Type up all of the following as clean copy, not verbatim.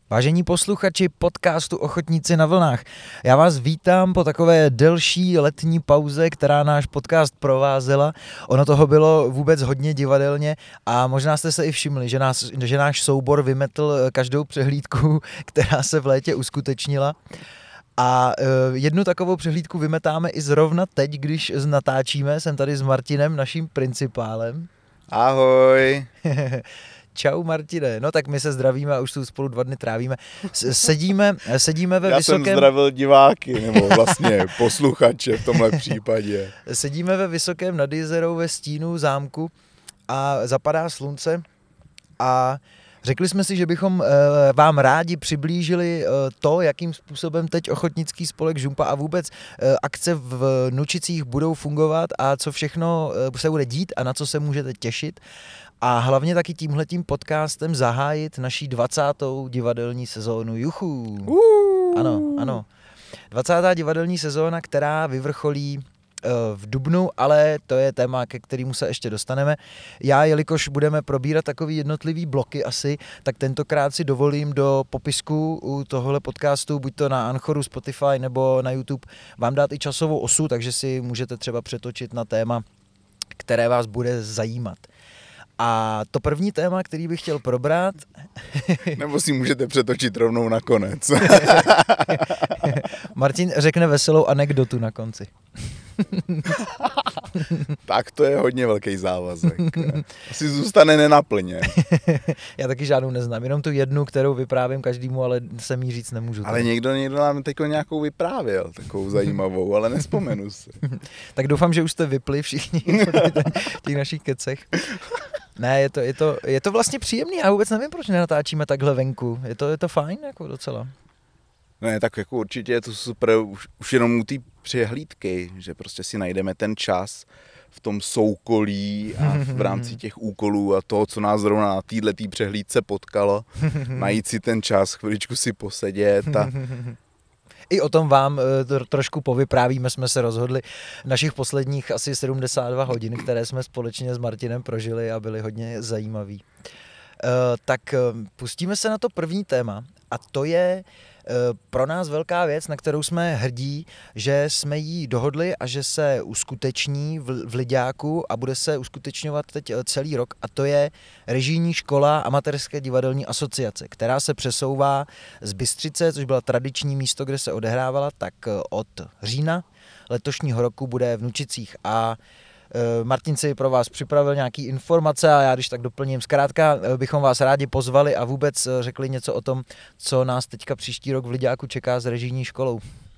Vážení posluchači podcastu Ochotníci na vlnách, já vás vítám po takové delší letní pauze, která náš podcast provázela. Ono toho bylo vůbec hodně divadelně a možná jste se i všimli, že náš soubor vymetl každou přehlídku, která se v létě uskutečnila. A jednu takovou přehlídku vymetáme i zrovna teď, když natáčíme. Jsem tady s Martinem, naším principálem. Ahoj. Čau Martine, no tak my se zdravíme a už tu spolu 2 dny trávíme. Sedíme ve Já vysokém... jsem zdravil diváky, nebo vlastně posluchače v tomhle případě. Sedíme ve vysokém nad jezerou ve stínu zámku a zapadá slunce a řekli jsme si, že bychom vám rádi přiblížili to, jakým způsobem teď ochotnický spolek Žumpa a vůbec akce v Nučicích budou fungovat a co všechno se bude dít a na co se můžete těšit. A hlavně taky tímhletím podcastem zahájit naší 20. divadelní sezónu. Juchu! Ano. 20. divadelní sezóna, která vyvrcholí v dubnu, ale to je téma, ke kterému se ještě dostaneme. Já, jelikož budeme probírat takový jednotlivý bloky asi, tak tentokrát si dovolím do popisku u tohohle podcastu, buď to na Anchoru, Spotify nebo na YouTube, vám dát i časovou osu, takže si můžete třeba přetočit na téma, které vás bude zajímat. A to první téma, který bych chtěl probrat... Nebo si můžete přetočit rovnou na konec. Martin řekne veselou anekdotu na konci. Tak to je hodně velký závazek. Asi zůstane nenaplněn. Já taky žádnou neznám, jenom tu jednu, kterou vyprávím každému, ale jsem jí říct nemůžu. Ale někdo nám teď nějakou vyprávěl, takovou zajímavou, ale nespomenu si. Tak doufám, že už jste vypli všichni v těch našich kecech. Ne, je to vlastně příjemný, já vůbec nevím, proč nenatáčíme takhle venku. Je to fajn, jako docela. Ne, tak jako určitě je to super, už jenom u té přehlídky, že prostě si najdeme ten čas v tom soukolí a v rámci těch úkolů a toho, co nás zrovna na této přehlídce potkalo, najít si ten čas, chviličku si posedět a... I o tom vám trošku povyprávíme, jsme se rozhodli našich posledních asi 72 hodin, které jsme společně s Martinem prožili a byly hodně zajímavý. Tak pustíme se na to první téma a to je pro nás velká věc, na kterou jsme hrdí, že jsme ji dohodli a že se uskuteční v Liďáku a bude se uskutečňovat teď celý rok a to je režijní škola amatérské divadelní asociace, která se přesouvá z Bystřice, což byla tradiční místo, kde se odehrávala, tak od října letošního roku bude v Nučicích a Martin si pro vás připravil nějaký informace a já když tak doplním. Zkrátka bychom vás rádi pozvali a vůbec řekli něco o tom, co nás teďka příští rok v Liďáku čeká s režijní školou.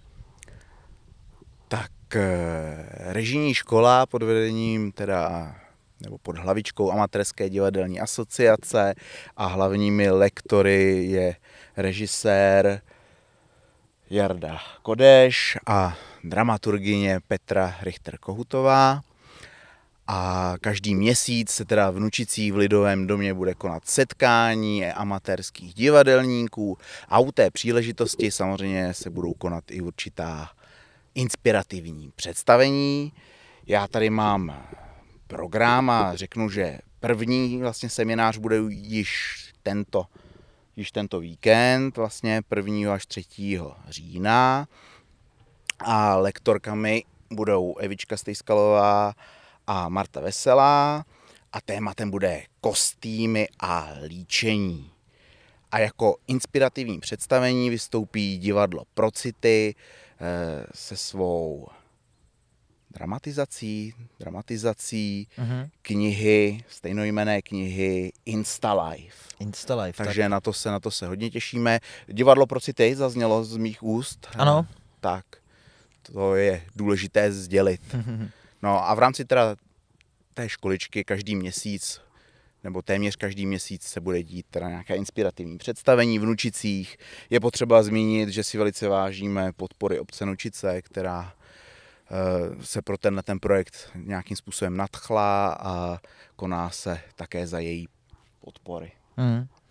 Tak režijní škola pod vedením nebo pod hlavičkou amatérské divadelní asociace a hlavními lektory je režisér Jarda Kodeš a dramaturgyně Petra Richter-Kohutová. A každý měsíc se teda v Nučicích v Lidovém domě bude konat setkání amatérských divadelníků a u té příležitosti samozřejmě se budou konat i určitá inspirativní představení. Já tady mám program a řeknu, že první vlastně seminář bude již tento víkend, vlastně 1. až 3. října a lektorkami budou Evička Stejskalová a Marta Veselá a tématem bude kostýmy a líčení. A jako inspirativní představení vystoupí divadlo Procity se svou dramatizací knihy, stejnojmenné knihy Instalife. Takže na to se hodně těšíme. Divadlo Procity zaznělo z mých úst. Ano. Tak, to je důležité sdělit. No a v rámci teda té školičky každý měsíc, nebo téměř každý měsíc se bude dít teda nějaké inspirativní představení v Nučicích. Je potřeba zmínit, že si velice vážíme podpory obce Nučice, která se pro ten projekt nějakým způsobem nadchla a koná se také za její podpory.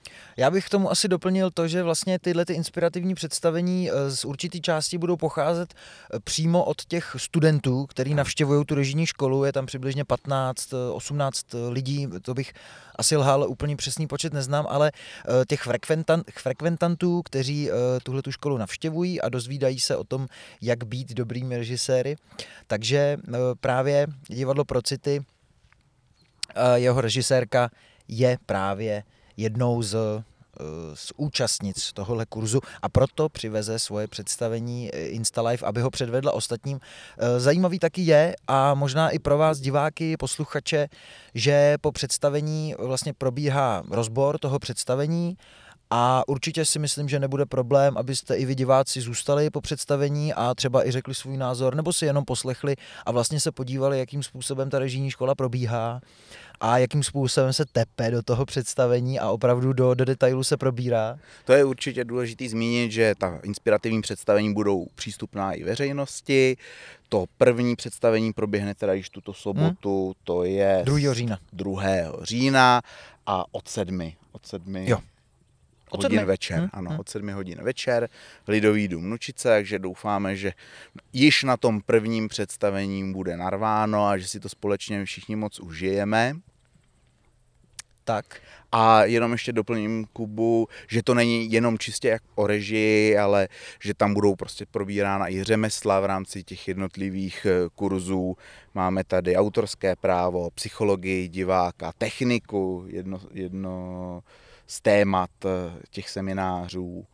Já bych k tomu asi doplnil to, že vlastně tyhle ty inspirativní představení z určitý části budou pocházet přímo od těch studentů, kteří navštěvují tu režijní školu. Je tam přibližně 15-18 lidí, to bych asi lhal, úplně přesný počet neznám, ale těch frekventantů, kteří tuhletu školu navštěvují a dozvídají se o tom, jak být dobrými režiséry. Takže právě Divadlo Pro City, jeho režisérka je právě jednou z účastnic tohohle kurzu a proto přiveze svoje představení Instalive, aby ho předvedla ostatním. Zajímavý taky je a možná i pro vás diváky, posluchače, že po představení vlastně probíhá rozbor toho představení a určitě si myslím, že nebude problém, abyste i vy diváci zůstali po představení a třeba i řekli svůj názor, nebo si jenom poslechli a vlastně se podívali, jakým způsobem ta režijní škola probíhá a jakým způsobem se tepe do toho představení a opravdu do detailu se probírá. To je určitě důležité zmínit, že ta inspirativní představení budou přístupná i veřejnosti. To první představení proběhne teda již tuto sobotu, to je 2. října. 2. října a od 7. Jo. Hodin večer, ano, od 7 hodin večer, Lidový dům Nučice, takže doufáme, že již na tom prvním představení bude narváno a že si to společně všichni moc užijeme. Tak. A jenom ještě doplním, Kubu, že to není jenom čistě jak o režii, ale že tam budou prostě probírána i řemesla v rámci těch jednotlivých kurzů. Máme tady autorské právo, psychologii diváka, techniku, jedno z témat těch seminářů.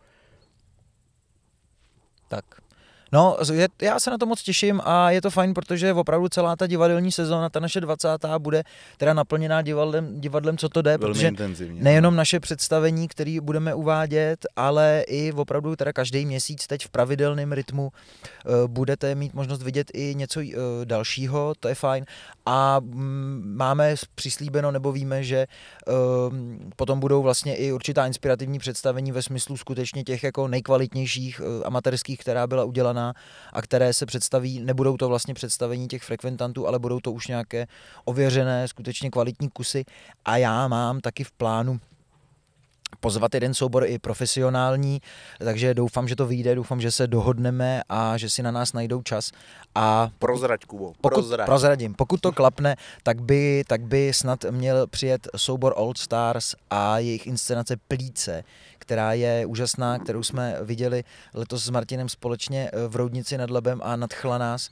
Tak. No, já se na to moc těším a je to fajn, protože opravdu celá ta divadelní sezóna, ta naše 20. bude teda naplněná divadlem, co to jde, velmi protože intenzivně. nejenom naše představení, které budeme uvádět, ale i opravdu teda každý měsíc teď v pravidelném rytmu budete mít možnost vidět i něco dalšího, to je fajn. A máme přislíbeno, nebo víme, že potom budou vlastně i určitá inspirativní představení ve smyslu skutečně těch jako nejkvalitnějších amatérských, která byla udělaná a které se představí, nebudou to vlastně představení těch frekventantů, ale budou to už nějaké ověřené, skutečně kvalitní kusy a já mám taky v plánu pozvat jeden soubor i profesionální, takže doufám, že to vyjde, doufám, že se dohodneme a že si na nás najdou čas. A Prozrať, Kubo, prozradím. Pokud to klapne, tak by snad měl přijet soubor Old Stars a jejich inscenace Plíce, která je úžasná, kterou jsme viděli letos s Martinem společně v Roudnici nad Labem a nadchla nás.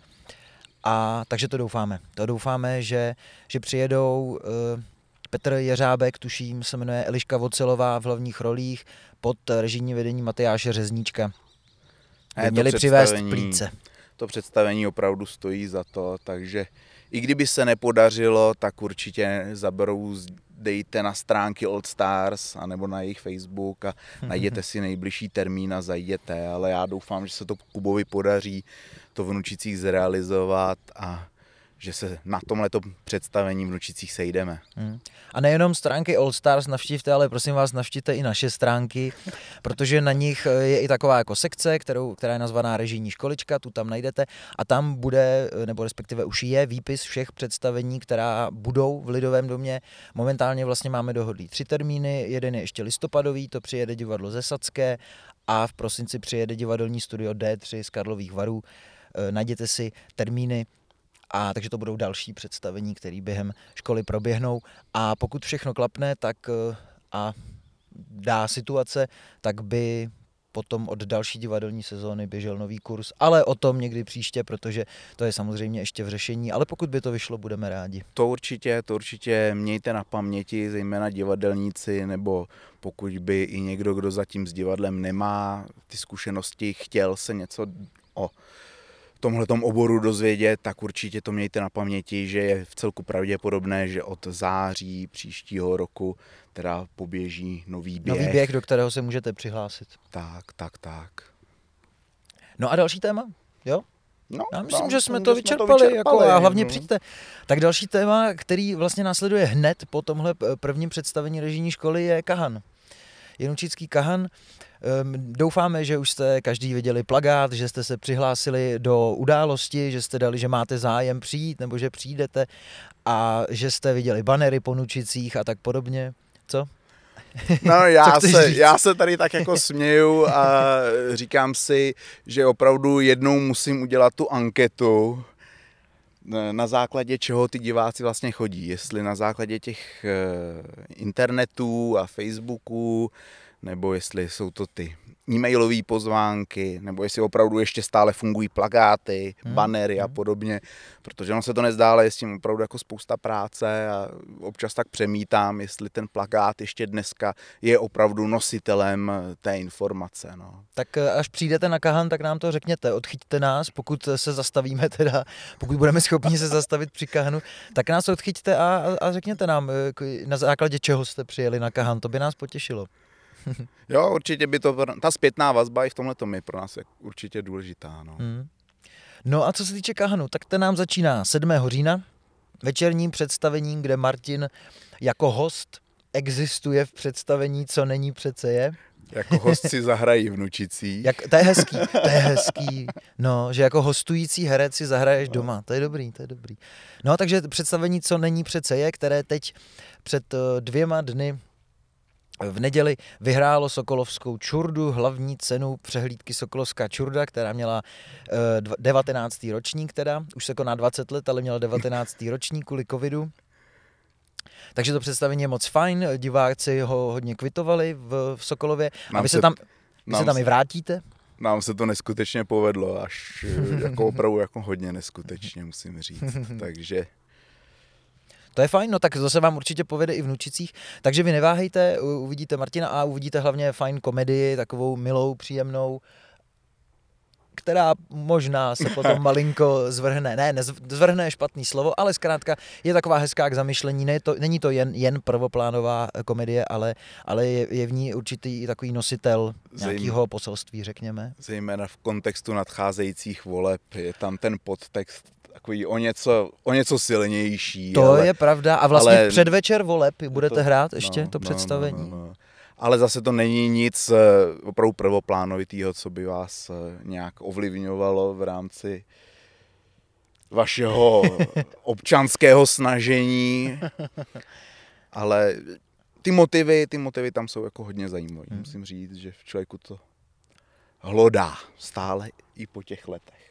A takže to doufáme. Že přijedou Petr Jeřábek, tuším, se jmenuje, Eliška Vocelová v hlavních rolích pod režijní vedení Matyáše Řezníčka. Měli přivést Plíce. To představení opravdu stojí za to, takže i kdyby se nepodařilo, tak určitě dejte na stránky Old Stars anebo na jejich Facebook a najděte si nejbližší termín a zajděte, ale já doufám, že se to Kubovi podaří to v Nučicích zrealizovat a že se na tomhleto představení v Nučicích sejdeme. A nejenom stránky All Stars navštivte, ale prosím vás, navštivte i naše stránky, protože na nich je i taková jako sekce, která je nazvaná Režijní školička, tu tam najdete a tam bude, nebo respektive už je výpis všech představení, která budou v Lidovém domě. Momentálně vlastně máme dohodlý 3 termíny, jeden je ještě listopadový, to přijede divadlo ze Sadské a v prosinci přijede divadelní studio D3 z Karlových Varů. Najděte si termíny. A takže to budou další představení, které během školy proběhnou. A pokud všechno klapne, tak a dá situace, tak by potom od další divadelní sezóny běžel nový kurz. Ale o tom někdy příště, protože to je samozřejmě ještě v řešení. Ale pokud by to vyšlo, budeme rádi. To určitě mějte na paměti, zejména divadelníci, nebo pokud by i někdo, kdo zatím s divadlem nemá ty zkušenosti, chtěl se něco o tomhletom oboru dozvědět, tak určitě to mějte na paměti, že je v celku pravděpodobné, že od září příštího roku teda poběží nový běh. Nový běh, do kterého se můžete přihlásit. Tak. No a další téma, jo? No, já myslím, že jsme to vyčerpali. Jako, a hlavně přijďte. Tak další téma, který vlastně následuje hned po tomhle prvním představení režijní školy, je Kahan. Jenučický Kahan. Doufáme, že už jste každý viděli plakát, že jste se přihlásili do události, že jste dali, že máte zájem přijít nebo že přijdete a že jste viděli banery po Nučicích a tak podobně. Co? No, já se tady tak jako směju a říkám si, že opravdu jednou musím udělat tu anketu, na základě čeho ty diváci vlastně chodí. Jestli na základě těch internetů a Facebooků, nebo jestli jsou to ty e-mailové pozvánky, nebo jestli opravdu ještě stále fungují plakáty, bannery a podobně, protože ono se to nezdá, ale je s tím opravdu jako spousta práce a občas tak přemítám, jestli ten plakát ještě dneska je opravdu nositelem té informace. No. Tak až přijdete na Kahan, tak nám to řekněte, odchyťte nás, pokud se zastavíme teda, pokud budeme schopni se zastavit při Kahanu, tak nás odchyťte a řekněte nám, na základě čeho jste přijeli na Kahan, to by nás potěšilo. Jo, určitě by to, ta zpětná vazba i v tomhletom je pro nás určitě důležitá. No. No a co se týče Kahanu, tak ten nám začíná 7. října večerním představením, kde Martin jako host existuje v představení Co není přece je. Jako host si zahrají Vnučicích. To je hezký. No, že jako hostující herec si zahraješ doma, to je dobrý. No, takže představení Co není přece je, které teď před 2 dny v neděli vyhrálo sokolovskou čurdu, hlavní cenu přehlídky Sokolovská čurda, která měla 19. ročník teda, už se koná 20 let, ale měla 19. ročník kvůli covidu. Takže to představení je moc fajn, diváci ho hodně kvitovali v Sokolově a vy se tam i vrátíte? Nám se to neskutečně povedlo, až jako opravdu jako hodně neskutečně, musím říct, takže... To je fajn, no tak zase vám určitě povede i v Vnučicích, takže vy neváhejte, uvidíte Martina a uvidíte hlavně fajn komedii, takovou milou, příjemnou, která možná se potom malinko zvrhne, zvrhne je špatný slovo, ale zkrátka je taková hezká k zamyšlení, není to jen prvoplánová komedie, ale je v ní určitý takový nositel nějakého poselství, řekněme. Zejména v kontextu nadcházejících voleb je tam ten podtext takový o něco silnější. To je pravda a vlastně v předvečer voleb budete hrát ještě to představení. No. Ale zase to není nic opravdu prvoplánovitýho, co by vás nějak ovlivňovalo v rámci vašeho občanského snažení. Ale ty motivy tam jsou jako hodně zajímavé. Musím říct, že v člověku to hlodá stále i po těch letech.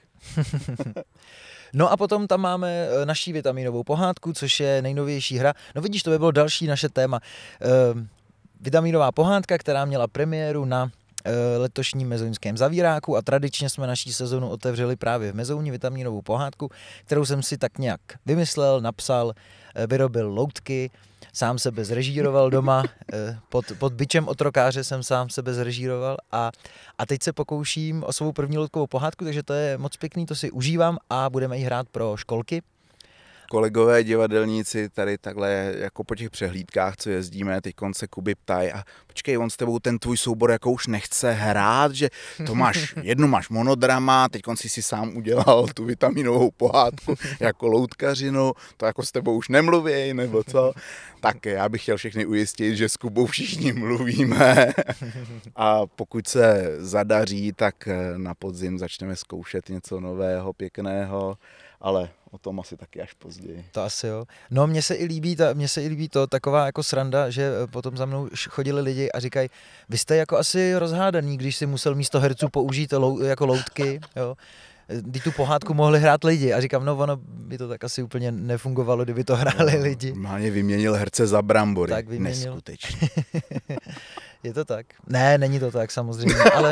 No a potom tam máme naší vitaminovou pohádku, což je nejnovější hra. No vidíš, to by bylo další naše téma. Vitaminová pohádka, která měla premiéru na letošním Mezounském zavíráku a tradičně jsme naší sezonu otevřeli právě v Mezouni vitaminovou pohádku, kterou jsem si tak nějak vymyslel, napsal, vyrobil loutky, sám sebe zrežíroval doma, pod bičem otrokáře jsem sám sebe zrežíroval a teď se pokouším o svou první loutkovou pohádku, takže to je moc pěkný, to si užívám a budeme ji hrát pro školky. Kolegové divadelníci tady takhle jako po těch přehlídkách, co jezdíme, teď se Kuby ptají a počkej, on s tebou ten tvůj soubor jako už nechce hrát, že to máš monodrama, teď si sám udělal tu vitaminovou pohádku jako loutkařinu, to jako s tebou už nemluví, nebo co. Tak já bych chtěl všechny ujistit, že s Kubou všichni mluvíme a pokud se zadaří, tak na podzim začneme zkoušet něco nového, pěkného, ale o tom asi taky až později. To asi jo. No mně se i líbí to, taková jako sranda, že potom za mnou chodili lidi a říkají, vy jste jako asi rozhádaný, když si musel místo herců použít jako loutky, jo. Kdy tu pohádku mohli hrát lidi a říkám, no ono by to tak asi úplně nefungovalo, kdyby to hráli lidi. Normálně vyměnil herce za brambory. Tak vyměnil. Neskutečně. Je to tak? Ne, není to tak samozřejmě, ale...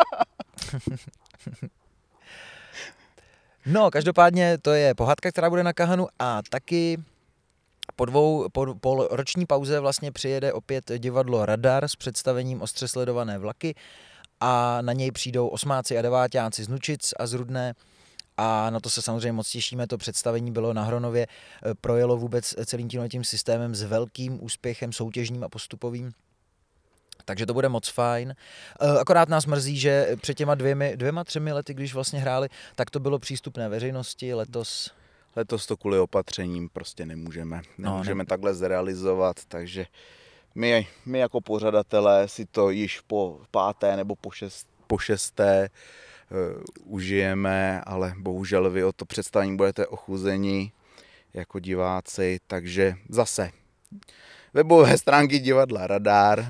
No, každopádně to je pohádka, která bude na Kahanu a taky po roční pauze vlastně přijede opět divadlo Radar s představením Ostře sledované vlaky a na něj přijdou osmáci a deváťáci z Nučic a z Rudné a na to se samozřejmě moc těšíme. To představení bylo na Hronově, projelo vůbec celým tím systémem s velkým úspěchem soutěžním a postupovým. Takže to bude moc fajn. Akorát nás mrzí, že před těma 2-3 lety, když vlastně hráli, tak to bylo přístupné veřejnosti. Letos to kvůli opatřením prostě nemůžeme takhle zrealizovat, takže my jako pořadatelé si to již po 5. nebo po 6. užijeme, ale bohužel vy o to představení budete ochuzeni jako diváci, takže zase Webové stránky divadla Radar.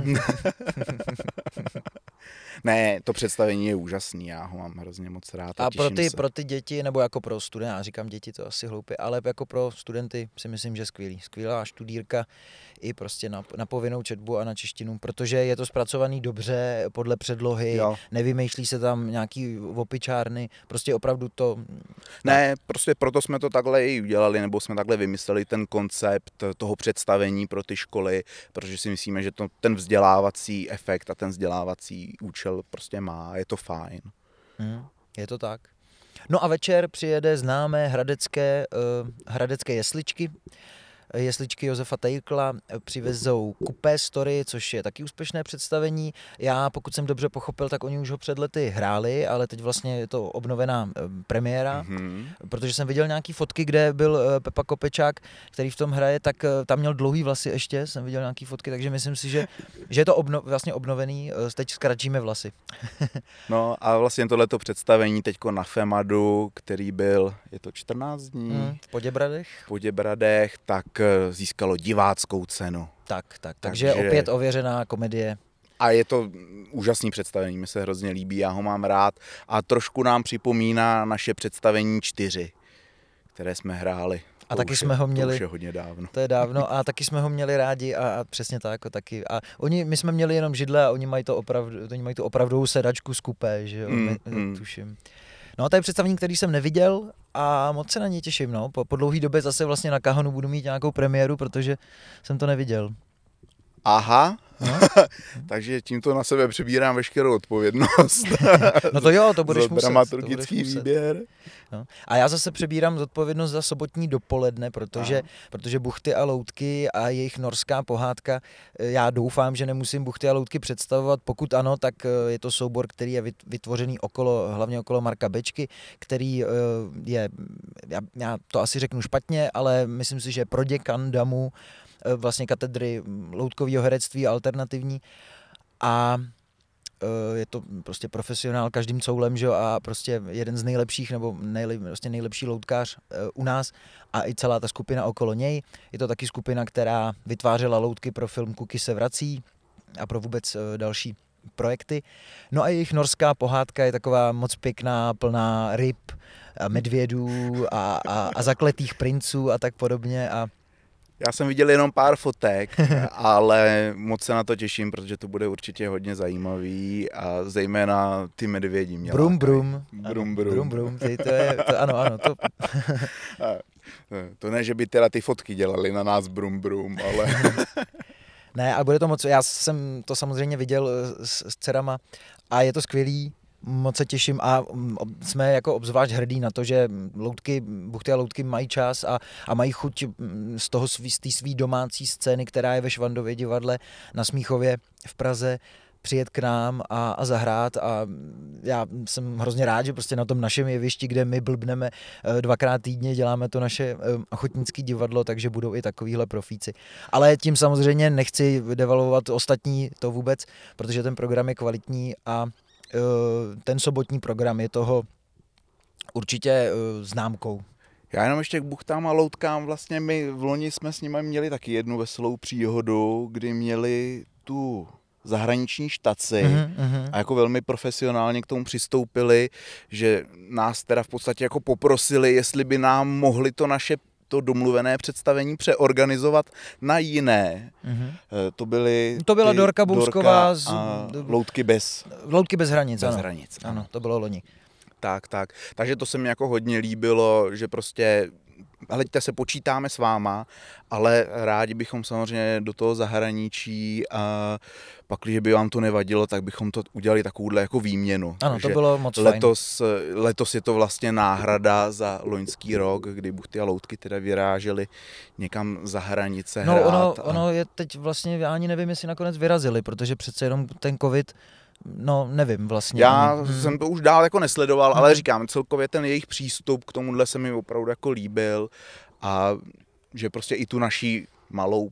Ne, to představení je úžasný, já ho mám hrozně moc rád. A pro ty děti, nebo jako pro studenty, já říkám děti, to asi hloupě, ale jako pro studenty si myslím, že skvělý. Skvělá študírka i prostě na povinnou četbu a na češtinu, protože je to zpracovaný dobře podle předlohy, jo. Nevymýšlí se tam nějaký opičárny, prostě opravdu to... Ne, prostě proto jsme to takhle i udělali, nebo jsme takhle vymysleli ten koncept toho představení pro ty školy, protože si myslíme, že ten vzdělávací efekt a ten vzdělávací účel prostě má, je to fajn. Je to tak. No a večer přijede známé hradecké jesličky Josefa Tejkla, přivezou Coupé Story, což je taky úspěšné představení. Já, pokud jsem dobře pochopil, tak oni už ho před lety hráli, ale teď vlastně je to obnovená premiéra, protože jsem viděl nějaký fotky, kde byl Pepa Kopečák, který v tom hraje, tak tam měl dlouhý vlasy ještě, jsem viděl nějaký fotky, takže myslím si, že je to vlastně obnovený, teď zkratšíme vlasy. No a vlastně tohleto představení teďko na FEMADu, který byl, je to 14 dní? V Poděbradech. V Poděbradech, tak získalo diváckou cenu. Takže opět ověřená komedie. A je to úžasný představení, mi se hrozně líbí, já ho mám rád a trošku nám připomíná naše představení 4, které jsme hráli. A taky jsme ho měli, to už je hodně dávno. To je dávno a taky jsme ho měli rádi a přesně tak jako taky. A my jsme měli jenom židle a oni mají tu opravdovou sedačku z kupé, že jo, tuším. No a to je představení, který jsem neviděl a moc se na něj těším, no. Po dlouhé době zase vlastně na Kahonu budu mít nějakou premiéru, protože jsem to neviděl. Aha, no. Takže tímto na sebe přebírám veškerou odpovědnost. No to jo, to budeš muset. Dramaturgický výběr. No. A já zase přebírám zodpovědnost za sobotní dopoledne, protože Buchty a loutky a jejich norská pohádka, já doufám, že nemusím Buchty a loutky představovat, pokud ano, tak je to soubor, který je vytvořený hlavně okolo Marka Bečky, který je, já to asi řeknu špatně, ale myslím si, že proděkan DAMu, vlastně katedry loutkového herectví alternativní a je to prostě profesionál každým coulem, že? A prostě jeden z nejlepších nebo nejlepší loutkář u nás a i celá ta skupina okolo něj. Je to taky skupina, která vytvářela loutky pro film Kuky se vrací a pro vůbec další projekty. No a jejich norská pohádka je taková moc pěkná, plná ryb, a medvědů a zakletých princů a tak podobně a já jsem viděl jenom pár fotek, ale moc se na to těším, protože to bude určitě hodně zajímavý a zejména ty medvědi mě Brum brum. Ano. To ne, že by teda ty fotky dělali na nás brum, ale... Ne, a bude to moc, já jsem to samozřejmě viděl s dcerama a je to skvělý. Moc se těším a jsme jako obzvlášť hrdí na to, že Buchty a loutky mají čas a mají chuť z té svý domácí scény, která je ve Švandově divadle na Smíchově v Praze, přijet k nám a zahrát a já jsem hrozně rád, že prostě na tom našem jevišti, kde my blbneme 2krát týdně, děláme to naše ochotnické divadlo, takže budou i takovýhle profíci. Ale tím samozřejmě nechci devalvovat ostatní to vůbec, protože ten program je kvalitní a ten sobotní program je toho určitě známkou. Já jenom ještě k Buchtám a loutkám, vlastně my v loni jsme s nimi měli taky jednu veselou příhodu, kdy měli tu zahraniční štaci a jako velmi profesionálně k tomu přistoupili, že nás teda v podstatě jako poprosili, jestli by nám mohli to domluvené představení přeorganizovat na jiné. To byla Dorka Bousková a Loutky bez hranic. Ano, to bylo loni. Tak. Takže to se mi jako hodně líbilo, že prostě hleďte se, počítáme s váma, ale rádi bychom samozřejmě do toho zahraničí a pak, když by vám to nevadilo, tak bychom to udělali takovouhle jako výměnu. Ano, takže to bylo moc fajn. Letos je to vlastně náhrada za loňský rok, kdy Buchty a loutky teda vyrážely někam za hranice hrát. Ono je teď vlastně, já ani nevím, jestli nakonec vyrazili, protože přece jenom ten covid, no nevím vlastně. Já jsem to už dál jako nesledoval, ale říkám, celkově ten jejich přístup k tomuhle se mi opravdu jako líbil a že prostě i tu naší malou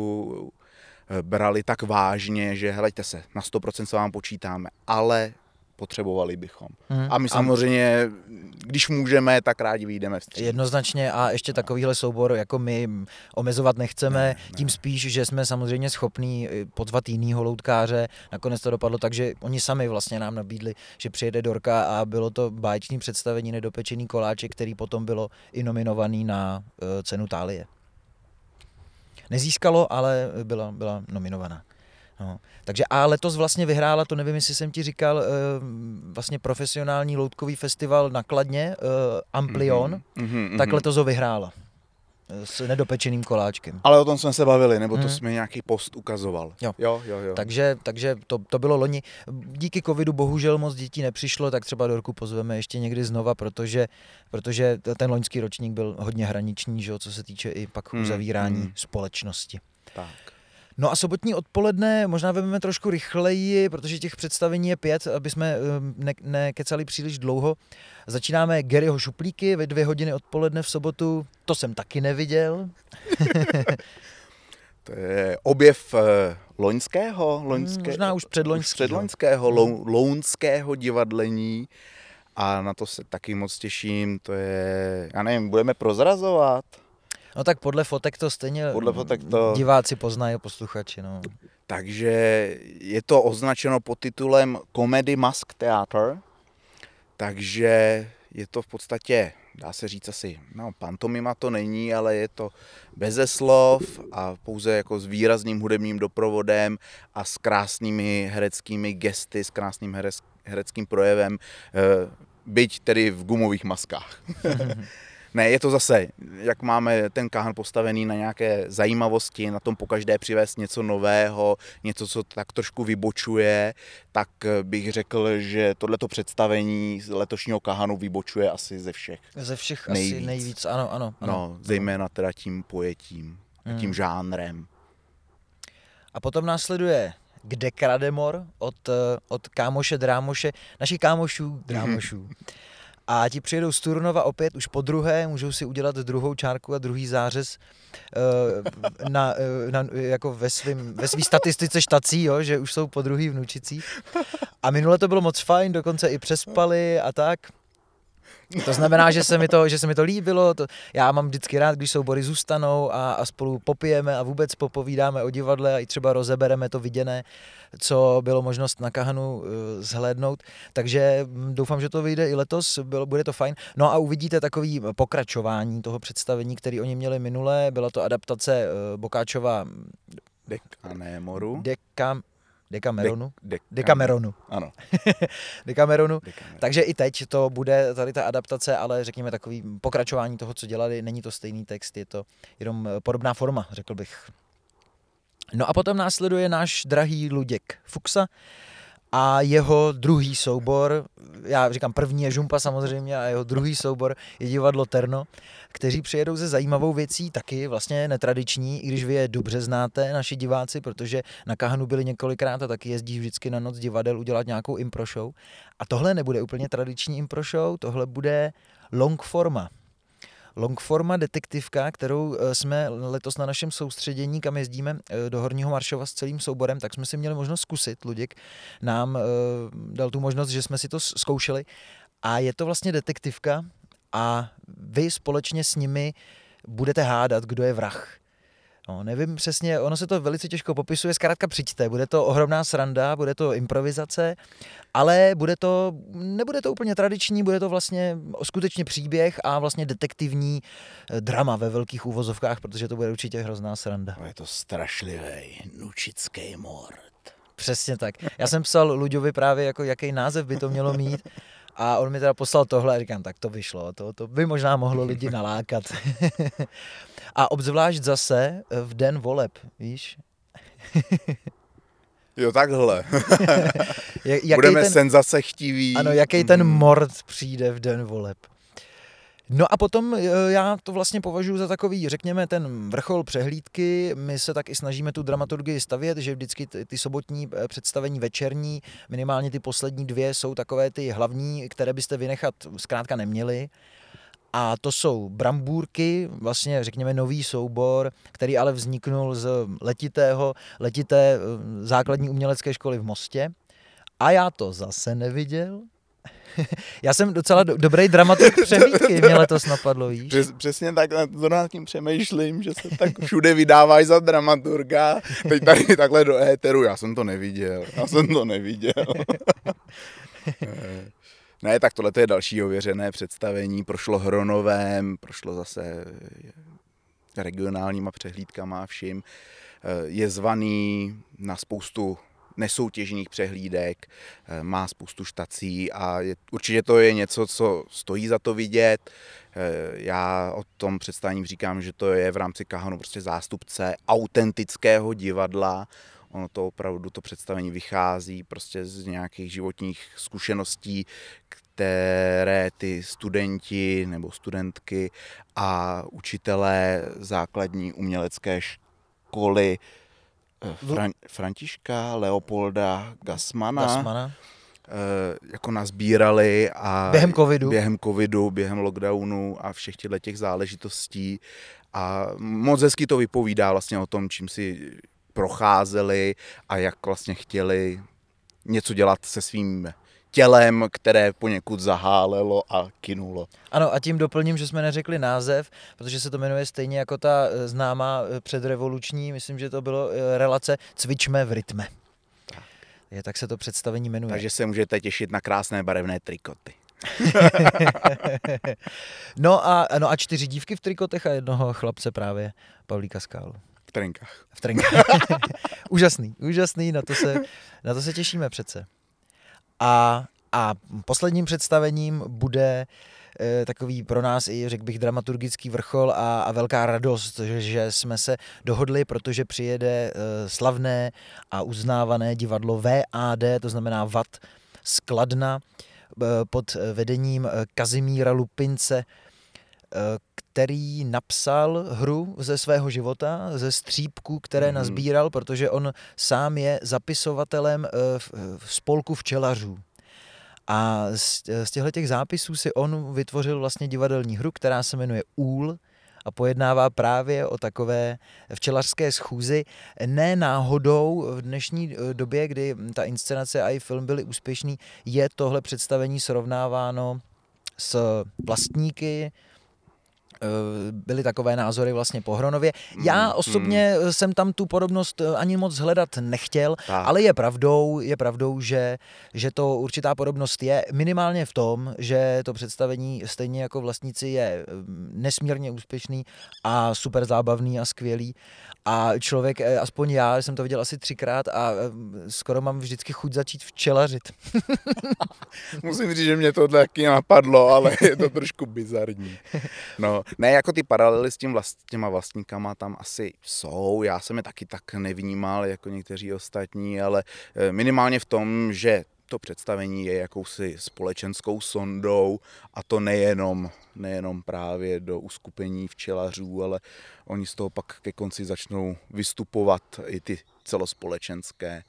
přehlídku brali tak vážně, že hleďte se, na 100% se vám počítáme, ale potřebovali bychom. A my samozřejmě, když můžeme, tak rádi vyjdeme vstříc. Jednoznačně a ještě takovýhle soubor jako my omezovat nechceme, ne. Tím spíš, že jsme samozřejmě schopní pozvat jinýho loutkáře. Nakonec to dopadlo tak, že oni sami vlastně nám nabídli, že přijede Dorka a bylo to báječné představení Nedopečený koláček, který potom bylo i nominovaný na cenu Thálie. Nezískalo, ale byla nominovaná. No. Takže a letos vlastně vyhrála, to nevím, jestli jsem ti říkal, vlastně profesionální loutkový festival na Kladně, Amplion, tak letos ho vyhrála s Nedopečeným koláčkem. Ale o tom jsme se bavili, nebo to jsme nějaký post ukazoval. Jo. Takže to bylo loni. Díky covidu bohužel moc dětí nepřišlo, tak třeba Dorku pozveme ještě někdy znova, protože ten loňský ročník byl hodně hraniční, že, co se týče i pak uzavírání společnosti. Tak. No a sobotní odpoledne možná vezmeme trošku rychleji, protože těch představení je 5, aby jsme nekecali příliš dlouho. Začínáme Garyho Šuplíky ve 2 hodiny odpoledne v sobotu. To jsem taky neviděl. To je objev loňského? Možná už předloňského lounského divadlení. A na to se taky moc těším. To je, já nevím, budeme prozrazovat? No tak podle fotek to stejně diváci poznají, posluchači. No. Takže je to označeno pod titulem Comedy Mask Theater, takže je to v podstatě, dá se říct asi, pantomima to není, ale je to beze slov a pouze jako s výrazným hudebním doprovodem a s krásnými hereckými gesty, s krásným hereckým projevem, byť tedy v gumových maskách. Ne, je to zase, jak máme ten káhan postavený na nějaké zajímavosti, na tom pokaždé přivést něco nového, něco, co tak trošku vybočuje, tak bych řekl, že tohleto představení z letošního káhanu vybočuje asi ze všech. Ze všech nejvíc. Asi nejvíc, ano. No, zejména teda tím pojetím, tím žánrem. A potom následuje Kde Krademor od kámoše Drámoše, našich kámošů Drámošů. A ti přijedou z Turnova opět už po druhé, můžou si udělat druhou čárku a druhý zářez jako ve svý statistice štací, jo, že už jsou po druhý vnučicí. A minule to bylo moc fajn, dokonce i přespali a tak. To znamená, že se mi to líbilo. Já mám vždycky rád, když soubory zůstanou a spolu popijeme a vůbec popovídáme o divadle a i třeba rozebereme to viděné, co bylo možnost na Kahanu zhlédnout. Takže doufám, že to vyjde i letos, bude to fajn. No a uvidíte takový pokračování toho představení, který oni měli minule. Byla to adaptace Boccacciova Decameronu. Ano. Decameronu. Takže i teď to bude tady ta adaptace, ale řekněme takový pokračování toho, co dělali. Není to stejný text, je to jenom podobná forma, řekl bych. No a potom následuje náš drahý Luděk Fuksa a jeho druhý soubor, já říkám první je Žumpa samozřejmě a jeho druhý soubor je divadlo Terno, kteří přijedou se zajímavou věcí, taky vlastně netradiční, i když vy je dobře znáte, naši diváci, protože na Kahanu byli několikrát a taky jezdí vždycky na noc divadel udělat nějakou impro show. A tohle nebude úplně tradiční impro show, tohle bude longforma. Longforma detektivka, kterou jsme letos na našem soustředění, kam jezdíme do Horního Maršova s celým souborem, tak jsme si měli možnost zkusit. Luděk nám dal tu možnost, že jsme si to zkoušeli. A je to vlastně detektivka a vy společně s nimi budete hádat, kdo je vrah. No, nevím přesně, ono se to velice těžko popisuje, zkrátka přijďte, bude to ohromná sranda, bude to improvizace, ale nebude to úplně tradiční, bude to vlastně skutečně příběh a vlastně detektivní drama ve velkých úvozovkách, protože to bude určitě hrozná sranda. Je to strašlivý nučický mord. Přesně tak. Já jsem psal Luďovi právě, jako jaký název by to mělo mít a on mi teda poslal tohle a říkám, tak to vyšlo, to by možná mohlo lidi nalákat. A obzvlášť zase v den voleb, víš? Jo, takhle. Budeme senzace chtiví. Ano, jaký ten mord přijde v den voleb. No a potom já to vlastně považuji za takový, řekněme, ten vrchol přehlídky. My se tak i snažíme tu dramaturgii stavět, že vždycky ty sobotní představení večerní, minimálně ty poslední 2 jsou takové ty hlavní, které byste vynechat zkrátka neměli. A to jsou Brambůrky, vlastně řekněme nový soubor, který ale vzniknul z letité základní umělecké školy v Mostě. A já to zase neviděl. Já jsem docela dobrý dramaturg přehlídky, mě letos napadlo, víš? Přesně tak, nad tím přemýšlím, že se tak všude vydáváš za dramaturga, teď tady takhle do éteru, já jsem to neviděl. Ne, tak tohle je další ověřené představení, prošlo Hronovém, prošlo zase regionálníma přehlídkama a vším. Je zvaný na spoustu nesoutěžních přehlídek, má spoustu štací a určitě to je něco, co stojí za to vidět. Já o tom představení říkám, že to je v rámci Kahanu prostě zástupce autentického divadla. Ono to opravdu, to představení vychází prostě z nějakých životních zkušeností, které ty studenti nebo studentky a učitelé základní umělecké školy Františka Leopolda Gassmana jako nazbírali a během covidu, během lockdownu a všech těch záležitostí a moc hezky to vypovídá vlastně o tom, čím si procházeli a jak vlastně chtěli něco dělat se svým tělem, které poněkud zahálelo a kynulo. Ano, a tím doplním, že jsme neřekli název, protože se to jmenuje stejně jako ta známá předrevoluční, myslím, že to bylo relace Cvičme v rytme. Tak se to představení jmenuje. Takže se můžete těšit na krásné barevné trikoty. No a 4 dívky v trikotech a jednoho chlapce právě, Pavlíka Skálu. V trenkách. Úžasný, na to se těšíme přece. A posledním představením bude takový pro nás i, řekl bych, dramaturgický vrchol a velká radost, že jsme se dohodli, protože přijede slavné a uznávané divadlo VAD, to znamená VAD z Kladna, pod vedením Kazimíra Lupince, který napsal hru ze svého života, ze střípků, které nazbíral, protože on sám je zapisovatelem v spolku včelařů. A z těchto zápisů si on vytvořil vlastně divadelní hru, která se jmenuje Úl a pojednává právě o takové včelařské schůzi. Ne náhodou v dnešní době, kdy ta inscenace a i film byly úspěšný, je tohle představení srovnáváno s Vlastníky. Byly takové názory vlastně po Hronově. Já osobně jsem tam tu podobnost ani moc hledat nechtěl, ale je pravdou, že to určitá podobnost je minimálně v tom, že to představení stejně jako Vlastníci je nesmírně úspěšný a super zábavný a skvělý. A člověk, aspoň já jsem to viděl asi 3krát a skoro mám vždycky chuť začít včelařit. Musím říct, že mě to taky napadlo, ale je to trošku bizarní. No, ne, jako ty paralely s těma Vlastníkama tam asi jsou, já jsem je taky tak nevnímal jako někteří ostatní, ale minimálně v tom, že to představení je jakousi společenskou sondou a to nejenom právě do uskupení včelařů, ale oni z toho pak ke konci začnou vystupovat i ty celospolečenské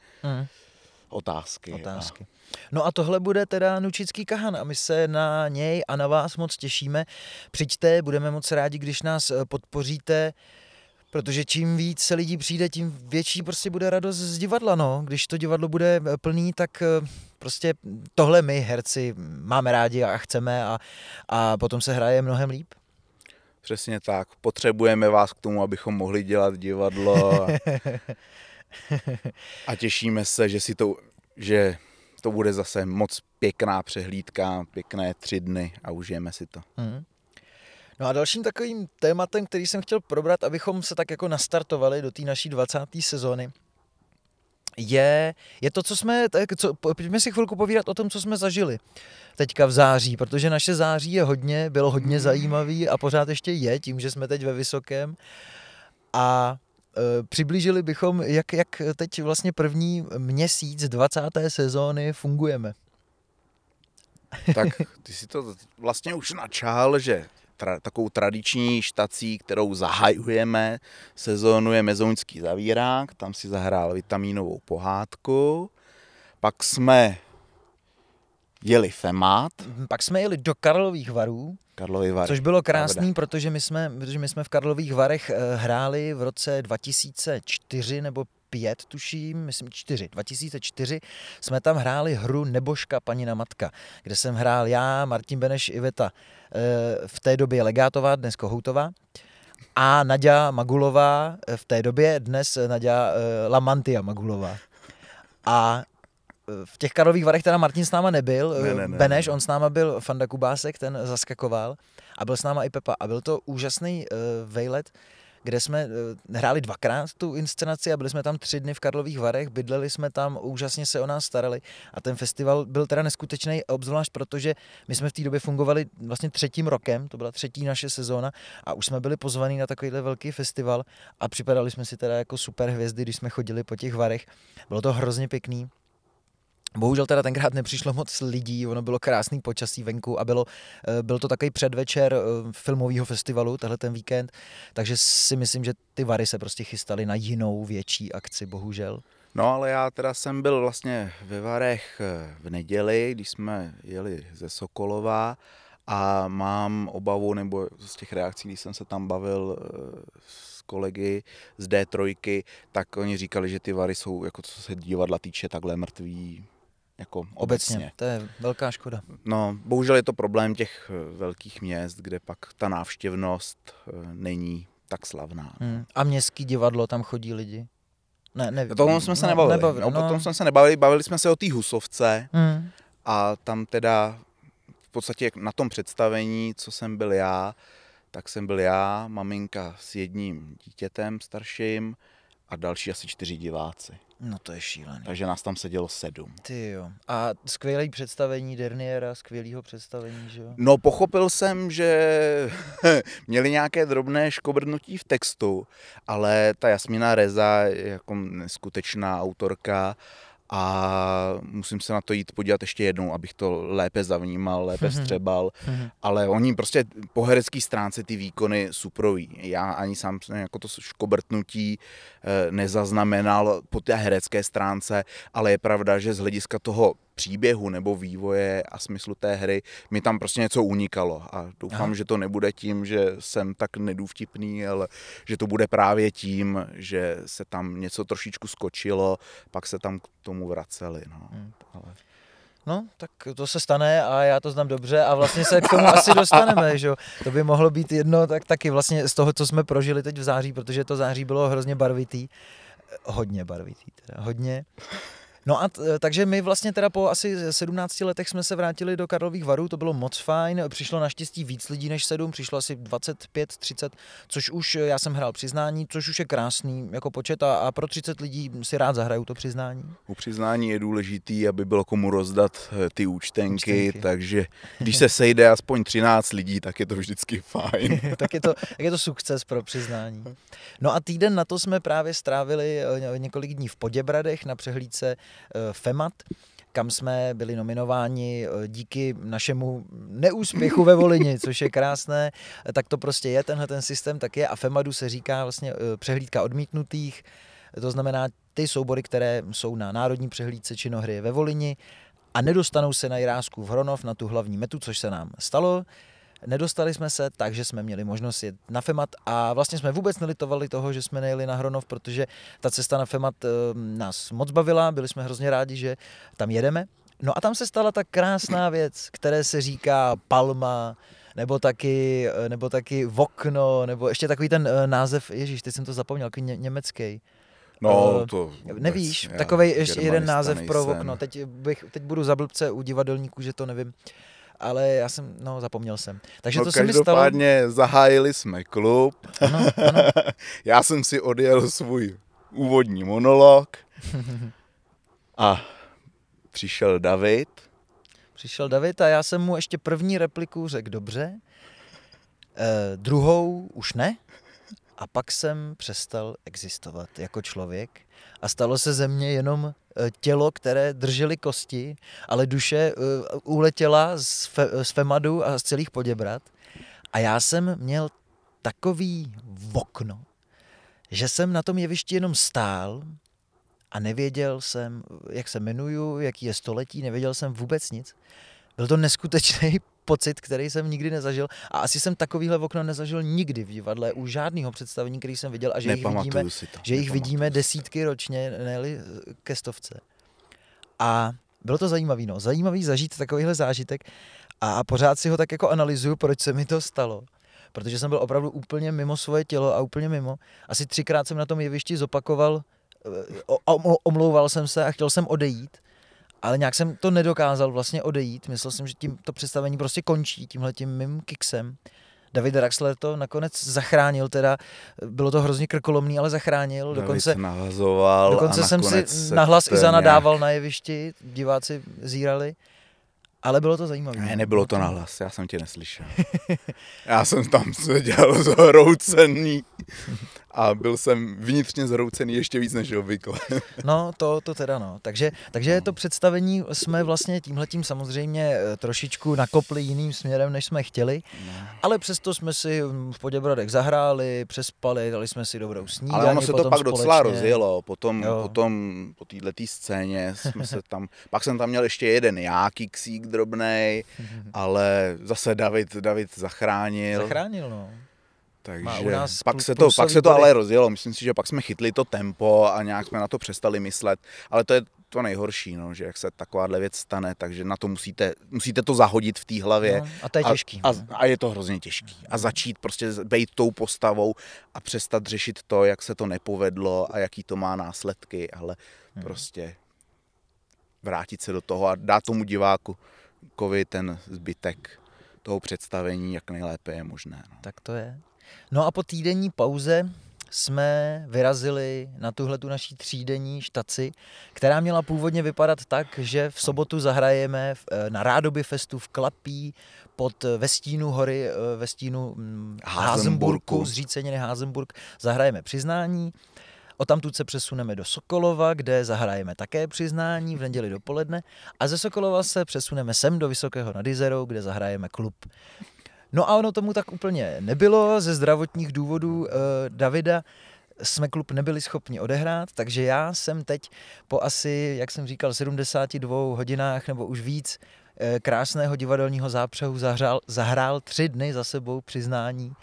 otázky. No a tohle bude teda Nučický kahan a my se na něj a na vás moc těšíme. Přijďte, budeme moc rádi, když nás podpoříte, protože čím víc se lidí přijde, tím větší prostě bude radost z divadla, no. Když to divadlo bude plný, tak prostě tohle my, herci, máme rádi a chceme a potom se hraje mnohem líp. Přesně tak. Potřebujeme vás k tomu, abychom mohli dělat divadlo a těšíme se, že to bude zase moc pěkná přehlídka, pěkné 3 dny a užijeme si to. No a dalším takovým tématem, který jsem chtěl probrat, abychom se tak jako nastartovali do té naší 20. sezóny, je to, pojďme si chvilku povídat o tom, co jsme zažili teďka v září, protože naše září bylo hodně zajímavý a pořád ještě je, tím, že jsme teď ve Vysokém a přiblížili bychom, jak teď vlastně první měsíc 20. sezóny fungujeme. Tak ty si to vlastně už načal, že takovou tradiční štací, kterou zahajujeme sezónu, je Mezounský zavírák, tam si zahrál vitamínovou pohádku, pak jsme jeli Femát. Pak jsme jeli do Karlových Varů. Což bylo krásný, protože my jsme v Karlových Varech hráli v roce 2004 nebo 2005, tuším, myslím 2004, jsme tam hráli hru Nebožka panina matka, kde jsem hrál já, Martin Beneš, Iveta, v té době Legátová, dnes Kohoutová, a Naďa Magulová, v té době, dnes Naďa Lamantia Magulová. A v těch Karlových Varech teda Martin s náma nebyl, Beneš, on s náma byl, Fanda Kubásek, ten zaskakoval a byl s náma i Pepa. A byl to úžasný vejlet, kde jsme hráli dvakrát tu inscenaci a byli jsme tam 3 dny v Karlových Varech, bydleli jsme tam, úžasně se o nás starali a ten festival byl teda neskutečný, obzvlášť protože my jsme v té době fungovali vlastně 3. rokem, to byla 3. naše sezóna a už jsme byli pozvaní na takovýhle velký festival a připadali jsme si teda jako super hvězdy, když jsme chodili po těch Varech. Bylo to hrozně pěkný. Bohužel teda tenkrát nepřišlo moc lidí, ono bylo krásný počasí venku a byl to takový předvečer filmového festivalu, tenhle ten víkend, takže si myslím, že ty Vary se prostě chystaly na jinou větší akci, bohužel. No ale já teda jsem byl vlastně ve Varech v neděli, když jsme jeli ze Sokolova a mám obavu, nebo z těch reakcí, když jsem se tam bavil s kolegy z D3, tak oni říkali, že ty Vary jsou, jako co se divadla týče, takhle mrtví. Jako obecně. To je velká škoda. No, bohužel je to problém těch velkých měst, kde pak ta návštěvnost není tak slavná. A městský divadlo, tam chodí lidi? Ne. O tom jsme se nebavili. Potom jsme se nebavili, bavili jsme se o té Husovce a tam teda v podstatě na tom představení, co jsem byl já, tak jsem byl já, maminka s jedním dítětem starším a další asi 4 diváci. No to je šílený. Takže nás tam sedělo 7. Ty jo. A skvělý představení Derniera, skvělýho představení, že jo? No pochopil jsem, že měli nějaké drobné škobrnutí v textu, ale ta Jasmína Reza je jako neskutečná autorka a musím se na to jít podívat ještě jednou, abych to lépe zavnímal, lépe vstřebal, ale oni prostě po herecké stránce ty výkony suprový. Já ani sám jako to škobrtnutí nezaznamenal po té herecké stránce, ale je pravda, že z hlediska toho příběhu nebo vývoje a smyslu té hry mi tam prostě něco unikalo a doufám, že to nebude tím, že jsem tak nedůvtipný, ale že to bude právě tím, že se tam něco trošičku skočilo, pak se tam k tomu vraceli. No, tak to se stane a já to znám dobře a vlastně se k tomu asi dostaneme, že jo. To by mohlo být jedno, tak taky vlastně z toho, co jsme prožili teď v září, protože to září bylo hrozně barvitý. Hodně barvitý teda, hodně. No a takže my vlastně teda po asi 17 letech jsme se vrátili do Karlových Varů, to bylo moc fajn, přišlo naštěstí víc lidí než 7, přišlo asi 25, 30, což už já jsem hrál Přiznání, což už je krásný jako počet a pro 30 lidí si rád zahraju to Přiznání. U Přiznání je důležitý, aby bylo komu rozdat ty účtenky. Takže když se sejde aspoň 13 lidí, tak je to vždycky fajn. tak je to sukces pro Přiznání. No a týden na to jsme právě strávili několik dní v Poděbradech na přehlídce FEMAT, kam jsme byli nominováni díky našemu neúspěchu ve Volyni, což je krásné, tak to prostě je, tenhle ten systém tak je a FEMATu se říká vlastně přehlídka odmítnutých, to znamená ty soubory, které jsou na národní přehlídce činohry ve Volyni a nedostanou se na Jiráskův Hronov, na tu hlavní metu, což se nám stalo. Nedostali jsme se, takže jsme měli možnost jet na FEMAT a vlastně jsme vůbec nelitovali toho, že jsme nejeli na Hronov, protože ta cesta na FEMAT nás moc bavila, byli jsme hrozně rádi, že tam jedeme. No a tam se stala ta krásná věc, které se říká Palma, nebo taky Vokno, nebo ještě takový ten název, ježíš, teď jsem to zapomněl, takový německý. No, to nevíš, takovej ještě jeden název pro Vokno. Teď budu za blbce u divadelníků, že to nevím. Ale zapomněl jsem. Takže to se mi stalo. Každopádně zahájili jsme klub. Ano. Já jsem si odjel svůj úvodní monolog a přišel David. A já jsem mu ještě první repliku řekl dobře, druhou už ne a pak jsem přestal existovat jako člověk a stalo se ze mě jenom tělo, které držely kosti, ale duše uletěla z FEMADu a z celých Poděbrad. A já jsem měl takový okno, že jsem na tom jevišti jenom stál a nevěděl jsem, jak se jmenuju, jaký je století, nevěděl jsem vůbec nic. Byl to neskutečný pocit, který jsem nikdy nezažil. A asi jsem takovýhle okno nezažil nikdy v divadle u žádného představení, který jsem viděl a že jich vidíme desítky ročně, ne-li ke stovce. A bylo to zajímavý, no. Zajímavý zažít takovýhle zážitek a pořád si ho tak jako analyzuju, proč se mi to stalo. Protože jsem byl opravdu úplně mimo svoje tělo a úplně mimo. Asi 3krát jsem na tom jevišti zopakoval, omlouval jsem se a chtěl jsem odejít, ale nějak jsem to nedokázal vlastně odejít. Myslel jsem, že tím to představení prostě končí tímhletím mým kiksem. David Draxler to nakonec zachránil, teda bylo to hrozně krkolomný, ale zachránil. Dokonce jsem si nahlas i zanadával na jevišti, diváci zírali. Ale bylo to zajímavé. Ne, nebylo to nahlas, já jsem tě neslyšel. Já jsem tam seděl zhroucený a byl jsem vnitřně zhroucený ještě víc než obvykle. No, to teda no. Takže to představení jsme vlastně tímhletím samozřejmě trošičku nakopli jiným směrem, než jsme chtěli, ale přesto jsme si v Poděbradech zahráli, přespali, dali jsme si dobrou snídaní. Ale ono se to pak docela rozjelo, potom po této scéně jsme se tam, pak jsem tam měl ještě jeden kiksík drobnej, ale zase David zachránil. Zachránil, no. Takže pak se to ale rozjelo. Myslím si, že pak jsme chytli to tempo a nějak jsme na to přestali myslet. Ale to je to nejhorší, no, že jak se takováhle věc stane, takže na to musíte to zahodit v té hlavě. No, a to je těžký. A je to hrozně těžký. A začít prostě být tou postavou a přestat řešit to, jak se to nepovedlo a jaký to má následky, ale prostě vrátit se do toho a dát tomu divákovi ten zbytek toho představení, jak nejlépe je možné. No. Tak to je. No a po týdenní pauze jsme vyrazili na tuhletu naší třídenní štaci, která měla původně vypadat tak, že v sobotu zahrajeme na Rádoby festu v Klapí ve stínu hory, ve stínu Házenburku, zříceniny Házenburg, zahrajeme Přiznání. Odtamtud se přesuneme do Sokolova, kde zahrajeme také Přiznání v neděli dopoledne a ze Sokolova se přesuneme sem do Vysokého nad Jizerou, kde zahrajeme Klub. No a ono tomu tak úplně nebylo, ze zdravotních důvodů Davida jsme Klub nebyli schopni odehrát, takže já jsem teď po asi, jak jsem říkal, 72 hodinách nebo už víc krásného divadelního zápřehu zahrál 3 dny za sebou Přiznání.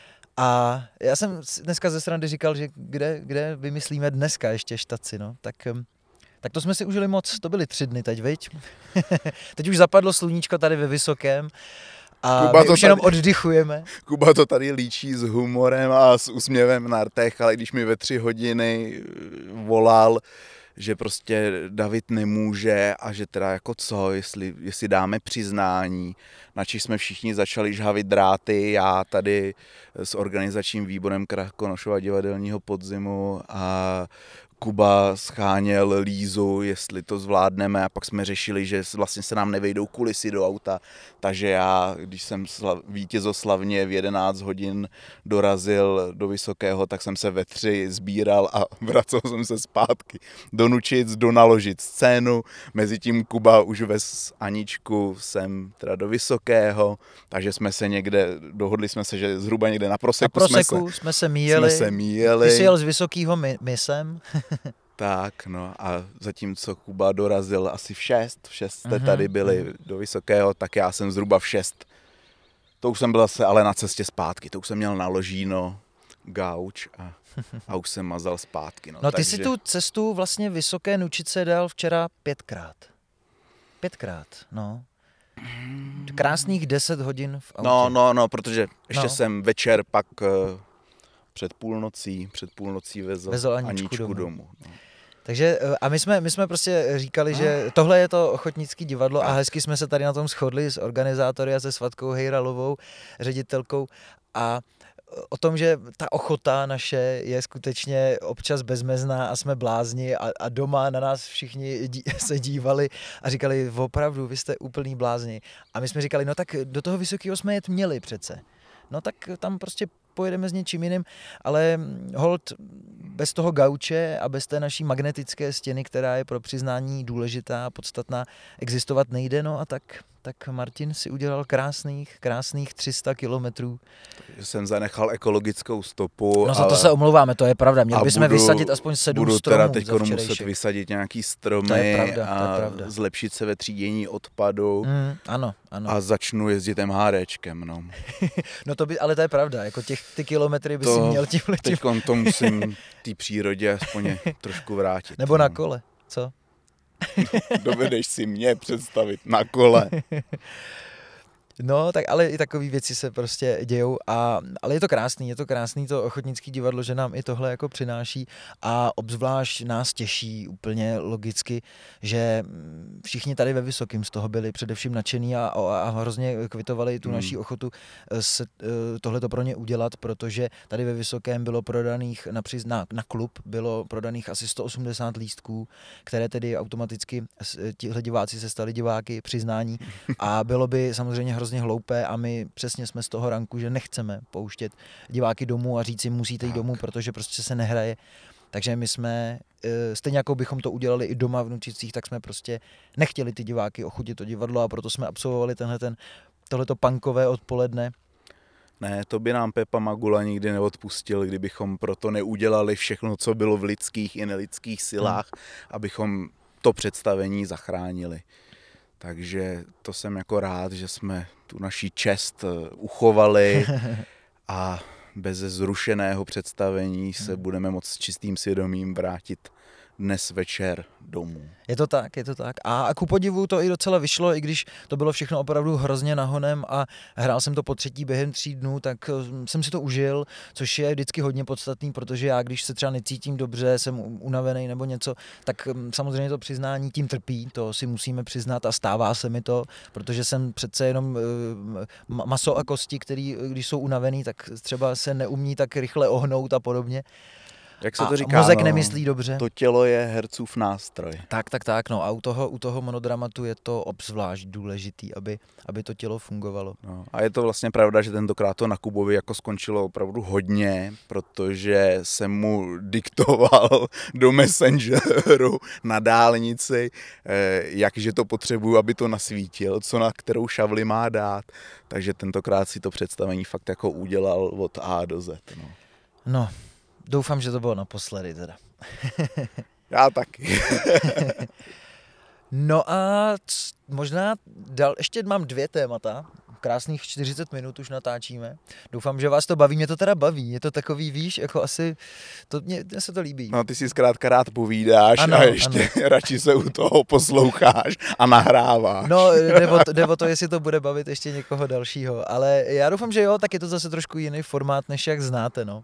A já jsem dneska ze srandy říkal, že kde vymyslíme dneska ještě štaci, no, tak to jsme si užili moc, to byly 3 dny teď, viď? Teď už zapadlo sluníčko tady ve Vysokém a my už jenom oddychujeme. Kuba to tady líčí s humorem a s úsměvem na rtech, ale když mi ve 3 hodiny volal, že prostě David nemůže a že teda jako co, jestli dáme Přiznání, načež jsme všichni začali žhavit dráty, já tady s organizačním výborem Krkonošova divadelního podzimu a Kuba scháněl Lízu, jestli to zvládneme a pak jsme řešili, že vlastně se nám nevejdou kulisy do auta, takže já, když jsem vítězoslavně v 11 hodin dorazil do Vysokého, tak jsem se ve 3 sbíral a vracel jsem se zpátky do Nučic, donaložit scénu, mezitím Kuba už vez Aničku sem teda do Vysokého, takže jsme se dohodli jsme se, že zhruba někde na Proseku jsme se míjeli. Ty jsi jel z Vysokýho mysem. Tak, no a zatímco Kuba dorazil asi v 6 jste tady byli do Vysokého, tak já jsem zhruba v 6. To už jsem byl zase ale na cestě zpátky, to už jsem měl naložíno, gauč a už jsem mazal zpátky. No ty si tu cestu vlastně Vysoké Nučice dal včera 5krát. 5krát, no. Krásných 10 hodin v autě. No, protože ještě jsem večer pak před půlnocí vezl Aničku domů. No. Takže a my jsme prostě říkali, že tohle je to ochotnické divadlo a hezky jsme se tady na tom shodli s organizátory a se Svatkou Hejralovou, ředitelkou a o tom, že ta ochota naše je skutečně občas bezmezná a jsme blázni a doma na nás všichni se dívali a říkali, opravdu, vy jste úplný blázni. A my jsme říkali, no tak do toho Vysokého jsme jet měli přece. No tak tam prostě pojedeme s něčím jiným, ale hold bez toho gauče a bez té naší magnetické stěny, která je pro Přiznání důležitá a podstatná, existovat nejde, no a tak tak Martin si udělal krásných 300 kilometrů. Že jsem zanechal ekologickou stopu. No za to se omlouváme, to je pravda. Měli bychom vysadit aspoň 7 stromů. Budu teda teď muset vysadit nějaký stromy to je pravda, a zlepšit se ve třídění odpadu. Ano. A začnu jezdit MHDčkem, no. No ale to je pravda, jako ty kilometry by si měl tím letět. Teď to musím té přírodě aspoň trošku vrátit. Nebo na kole, co? Dovedeš si mě představit na kole. No, tak ale i takové věci se prostě dějou, ale je to krásný to ochotnické divadlo, že nám i tohle jako přináší a obzvlášť nás těší úplně logicky, že všichni tady ve Vysokým z toho byli především nadšení a hrozně kvitovali tu naší ochotu se tohleto pro ně udělat, protože tady ve Vysokém bylo prodaných na klub bylo prodaných asi 180 lístků, které tedy automaticky tihle diváci se stali diváky přiznání a bylo by samozřejmě hrozně hloupé a my přesně jsme z toho ranku, že nechceme pouštět diváky domů a říct jim musíte jít domů, protože prostě se nehraje. Takže my jsme, stejně jako bychom to udělali i doma v Nučicích, tak jsme prostě nechtěli ty diváky ochutit to divadlo a proto jsme absolvovali tohleto punkové odpoledne. Ne, to by nám Pepa Magula nikdy neodpustil, kdybychom proto neudělali všechno, co bylo v lidských i nelidských silách, abychom to představení zachránili. Takže to jsem jako rád, že jsme tu naši čest uchovali a bez zrušeného představení se budeme moct s čistým svědomím vrátit dnes večer domů. Je to tak. A ku podivu to i docela vyšlo, i když to bylo všechno opravdu hrozně nahonem a hrál jsem to po třetí během 3 dnů, tak jsem si to užil, což je vždycky hodně podstatný, protože já, když se třeba necítím dobře, jsem unavený nebo něco, tak samozřejmě to přiznání tím trpí, to si musíme přiznat a stává se mi to, protože jsem přece jenom maso a kosti, který, když jsou unavený, tak třeba se neumí tak rychle ohnout a podobně. Jak se to říká, mozek nemyslí dobře. To tělo je hercův nástroj. Tak, no a u toho monodramatu je to obzvlášť důležitý, aby to tělo fungovalo. No, a je to vlastně pravda, že tentokrát to na Kubovi jako skončilo opravdu hodně, protože jsem mu diktoval do Messengeru na dálnici, jakže to potřebuju, aby to nasvítil, co na kterou šavli má dát. Takže tentokrát si to představení fakt jako udělal od A do Z. No. Doufám, že to bylo naposledy teda. Já taky. No a možná ještě mám 2 témata. Krásných 40 minut už natáčíme. Doufám, že vás to baví. Mě to teda baví. Je to takový, víš, jako asi, mně se to líbí. No ty si zkrátka rád povídáš a ještě radši se u toho posloucháš a nahráváš. No, jde o to, jestli to bude bavit ještě někoho dalšího. Ale já doufám, že jo, tak je to zase trošku jiný formát, než jak znáte, no.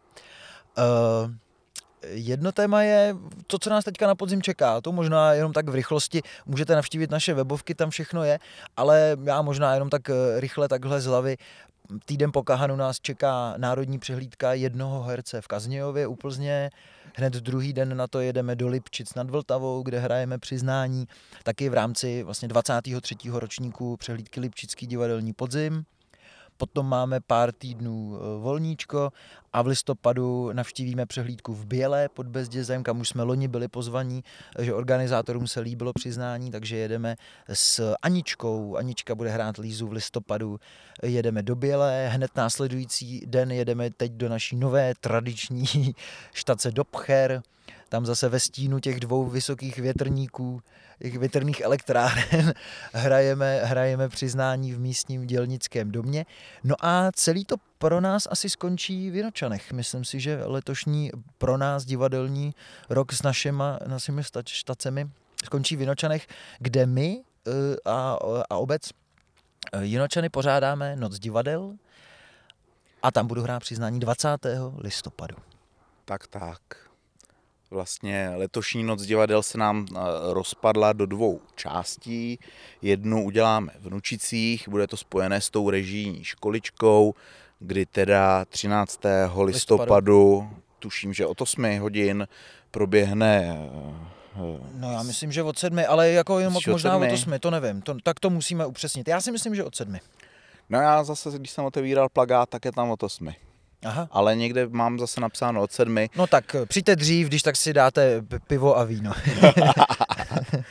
Jedno téma je to, co nás teďka na podzim čeká. To možná jenom tak v rychlosti můžete navštívit naše webovky, tam všechno je, ale já možná jenom tak rychle takhle z hlavy. Týden po Kahanu nás čeká národní přehlídka jednoho herce v Kaznějově u Plzně. Hned druhý den na to jedeme do Lipčic nad Vltavou, kde hrajeme přiznání. Taky v rámci vlastně 23. ročníku přehlídky Lipčický divadelní podzim. Potom máme pár týdnů volníčko a v listopadu navštívíme přehlídku v Bělé pod Bezdězem, kam už jsme loni byli pozvaní, že organizátorům se líbilo přiznání, takže jedeme s Aničkou. Anička bude hrát Lízu v listopadu, jedeme do Bělé, hned následující den jedeme teď do naší nové tradiční štace do Pcher, tam zase ve stínu těch 2 vysokých větrníků, těch větrných elektráren hrajeme přiznání v místním dělnickém domě. No a celý to pro nás asi skončí v Vinočanech. Myslím si, že letošní pro nás divadelní rok s našimi štacemi skončí v Vinočanech, kde my a obec Jinočany pořádáme noc divadel a tam budu hrát přiznání 20. listopadu. Tak. Vlastně letošní noc divadel se nám rozpadla do 2 částí. Jednu uděláme v Nučicích, bude to spojené s tou režijní školičkou, kdy teda 13. listopadu, tuším, že od 8 hodin proběhne... No já myslím, že od 7, ale jako jen možná od 8, to nevím, tak to musíme upřesnit. Já si myslím, že od 7. No já zase, když jsem otevíral plakát, tak je tam od 8. Aha. Ale někde mám zase napsáno od 7. No tak přijďte dřív, když tak si dáte pivo a víno.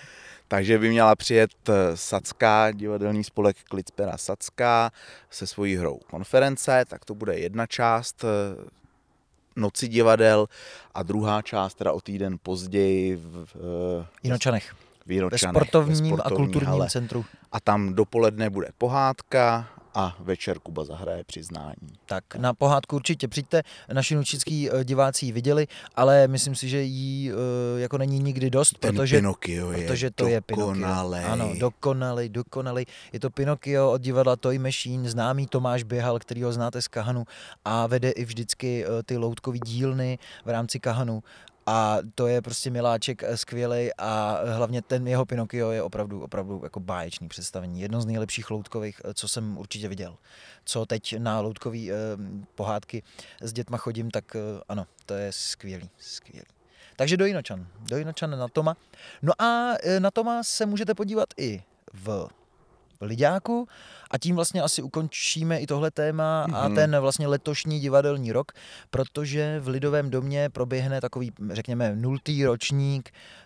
Takže by měla přijet Sacká, divadelní spolek Klicpera Sacká se svojí hrou Konference, tak to bude jedna část Noci divadel a druhá část teda o týden později v Jinočanech. Ve sportovním a kulturním centru. A tam dopoledne bude pohádka a večer Kuba zahraje Přiznání. Tak na pohádku určitě přijďte, naši nučický diváci ji viděli, ale myslím si, že jí jako není nikdy dost, protože to je Pinocchio. Ano, dokonalej. Je to Pinocchio od divadla Toy Machine, známý Tomáš Běhal, který ho znáte z Kahanu a vede i vždycky ty loutkový dílny v rámci Kahanu. A to je prostě miláček skvělej a hlavně ten jeho Pinocchio je opravdu jako báječný představení. Jedno z nejlepších loutkových, co jsem určitě viděl. Co teď na loutkový pohádky s dětma chodím, tak ano, to je skvělý. Takže do Jinočan na Toma. No a na Toma se můžete podívat i v Liďáku a tím vlastně asi ukončíme i tohle téma a ten vlastně letošní divadelní rok, protože v Lidovém domě proběhne takový, řekněme, 0. ročník